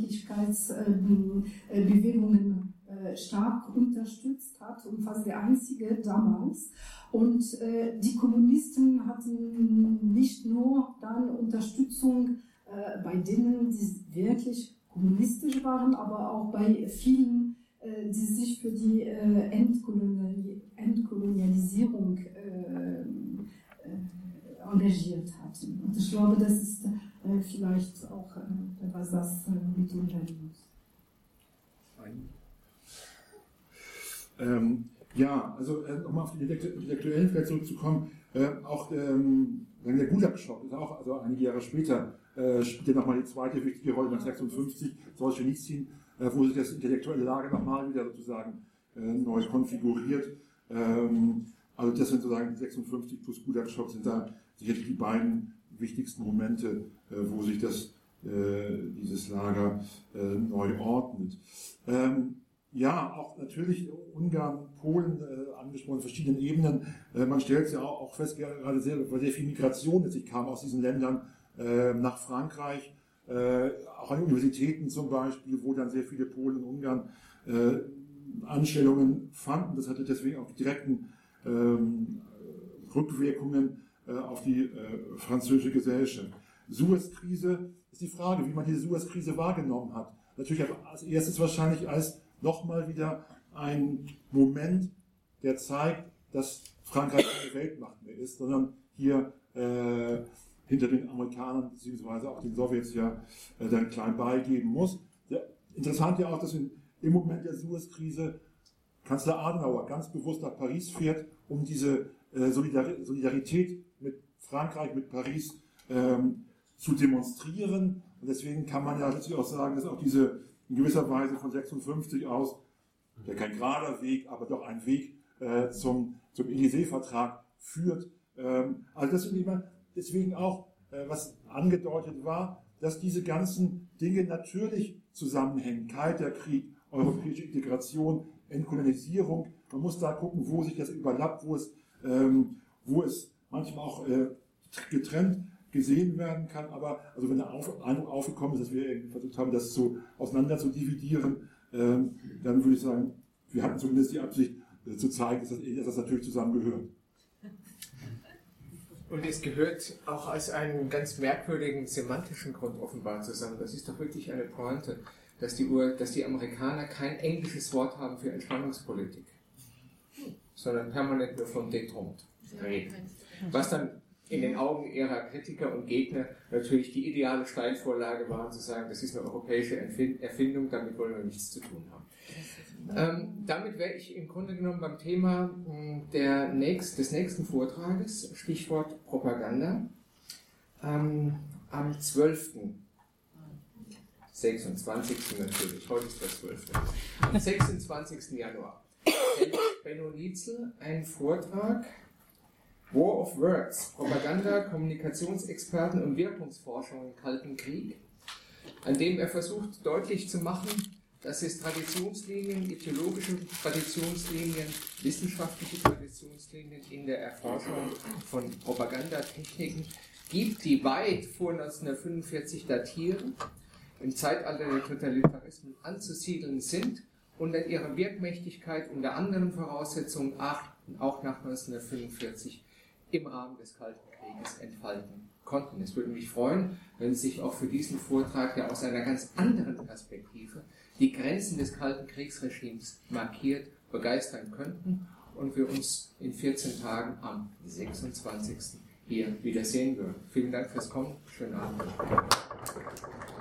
Unabhängigkeitsbewegungen äh, äh, stark unterstützt hat und fast der einzige damals. Und äh, die Kommunisten hatten nicht nur dann Unterstützung äh, bei denen, die wirklich kommunistisch waren, aber auch bei vielen, äh, die sich für die äh, Entkolonial- Entkolonialisierung äh, äh, engagiert hatten. Und ich glaube, das ist äh, vielleicht auch äh, etwas, das äh, mit uns werden muss. Ähm, Ja, also äh, nochmal auf die Intellektuellen vielleicht zurückzukommen, äh, auch ähm, der Gulag-Schock ist auch, also einige Jahre später, äh, spielt nochmal die zweite wichtige Rolle neunzehnhundertsechsundfünfzig, Solzhenitsyn, äh, wo sich das intellektuelle Lager nochmal wieder sozusagen äh, neu konfiguriert. Ähm, also das sind sozusagen sechsundfünfzig plus Gulag-Schock sind da sicherlich die beiden wichtigsten Momente, äh, wo sich das, äh, dieses Lager äh, neu ordnet. Ähm, Ja, auch natürlich Ungarn, Polen äh, angesprochen, verschiedenen Ebenen. Äh, man stellt es ja auch, auch fest, gerade sehr, weil sehr viel Migration letztlich kam aus diesen Ländern äh, nach Frankreich, äh, auch an Universitäten zum Beispiel, wo dann sehr viele Polen und Ungarn äh, Anstellungen fanden. Das hatte deswegen auch direkten ähm, Rückwirkungen äh, auf die äh, französische Gesellschaft. Suez-Krise ist die Frage, wie man diese Suez-Krise wahrgenommen hat. Natürlich als erstes wahrscheinlich als nochmal wieder ein Moment, der zeigt, dass Frankreich keine Weltmacht mehr ist, sondern hier äh, hinter den Amerikanern bzw. auch den Sowjets ja äh, dann klein beigeben muss. Ja, interessant ja auch, dass in, im Moment der Suez-Krise Kanzler Adenauer ganz bewusst nach Paris fährt, um diese äh, Solidar- Solidarität mit Frankreich, mit Paris ähm, zu demonstrieren. Und deswegen kann man ja letztlich auch sagen, dass auch diese in gewisser Weise von sechsundfünfzig aus, der kein gerader Weg, aber doch ein Weg äh, zum, zum Élysée-Vertrag führt. Ähm, also das sind immer deswegen auch, äh, was angedeutet war, dass diese ganzen Dinge natürlich zusammenhängen. Kalter Krieg, europäische Integration, Entkolonisierung. Man muss da gucken, wo sich das überlappt, wo es, ähm, wo es manchmal auch äh, getrennt gesehen werden kann, aber also wenn der Eindruck aufgekommen ist, dass wir irgendwie versucht haben, das so auseinander zu dividieren, ähm, dann würde ich sagen, wir hatten zumindest die Absicht äh, zu zeigen, dass das, dass das natürlich zusammengehört. Und es gehört auch aus einem ganz merkwürdigen semantischen Grund offenbar zusammen. Das ist doch wirklich eine Pointe. dass die, Ur, dass die Amerikaner kein englisches Wort haben für Entspannungspolitik, sondern permanent nur von Détente reden. Was dann in den Augen ihrer Kritiker und Gegner natürlich die ideale Steilvorlage war, zu sagen, das ist eine europäische Erfindung, damit wollen wir nichts zu tun haben. Ähm, damit wäre ich im Grunde genommen beim Thema der nächst, des nächsten Vortrages, Stichwort Propaganda, ähm, am zwölften sechsundzwanzigsten natürlich, heute ist der zwölfte Am sechsundzwanzigsten Januar hält Benno Nietzel einen Vortrag War of Words, Propaganda, Kommunikationsexperten und Wirkungsforschung im Kalten Krieg, an dem er versucht deutlich zu machen, dass es Traditionslinien, ideologische Traditionslinien, wissenschaftliche Traditionslinien in der Erforschung von Propagandatechniken gibt, die weit vor neunzehnhundertfünfundvierzig datieren, im Zeitalter der Totalitarismen anzusiedeln sind und in ihrer Wirkmächtigkeit unter anderen Voraussetzungen auch nach neunzehnhundertfünfundvierzig im Rahmen des Kalten Krieges entfalten konnten. Es würde mich freuen, wenn Sie sich auch für diesen Vortrag, der aus einer ganz anderen Perspektive die Grenzen des Kalten Kriegsregimes markiert, begeistern könnten und wir uns in vierzehn Tagen am sechsundzwanzigsten hier wiedersehen würden. Vielen Dank fürs Kommen. Schönen Abend.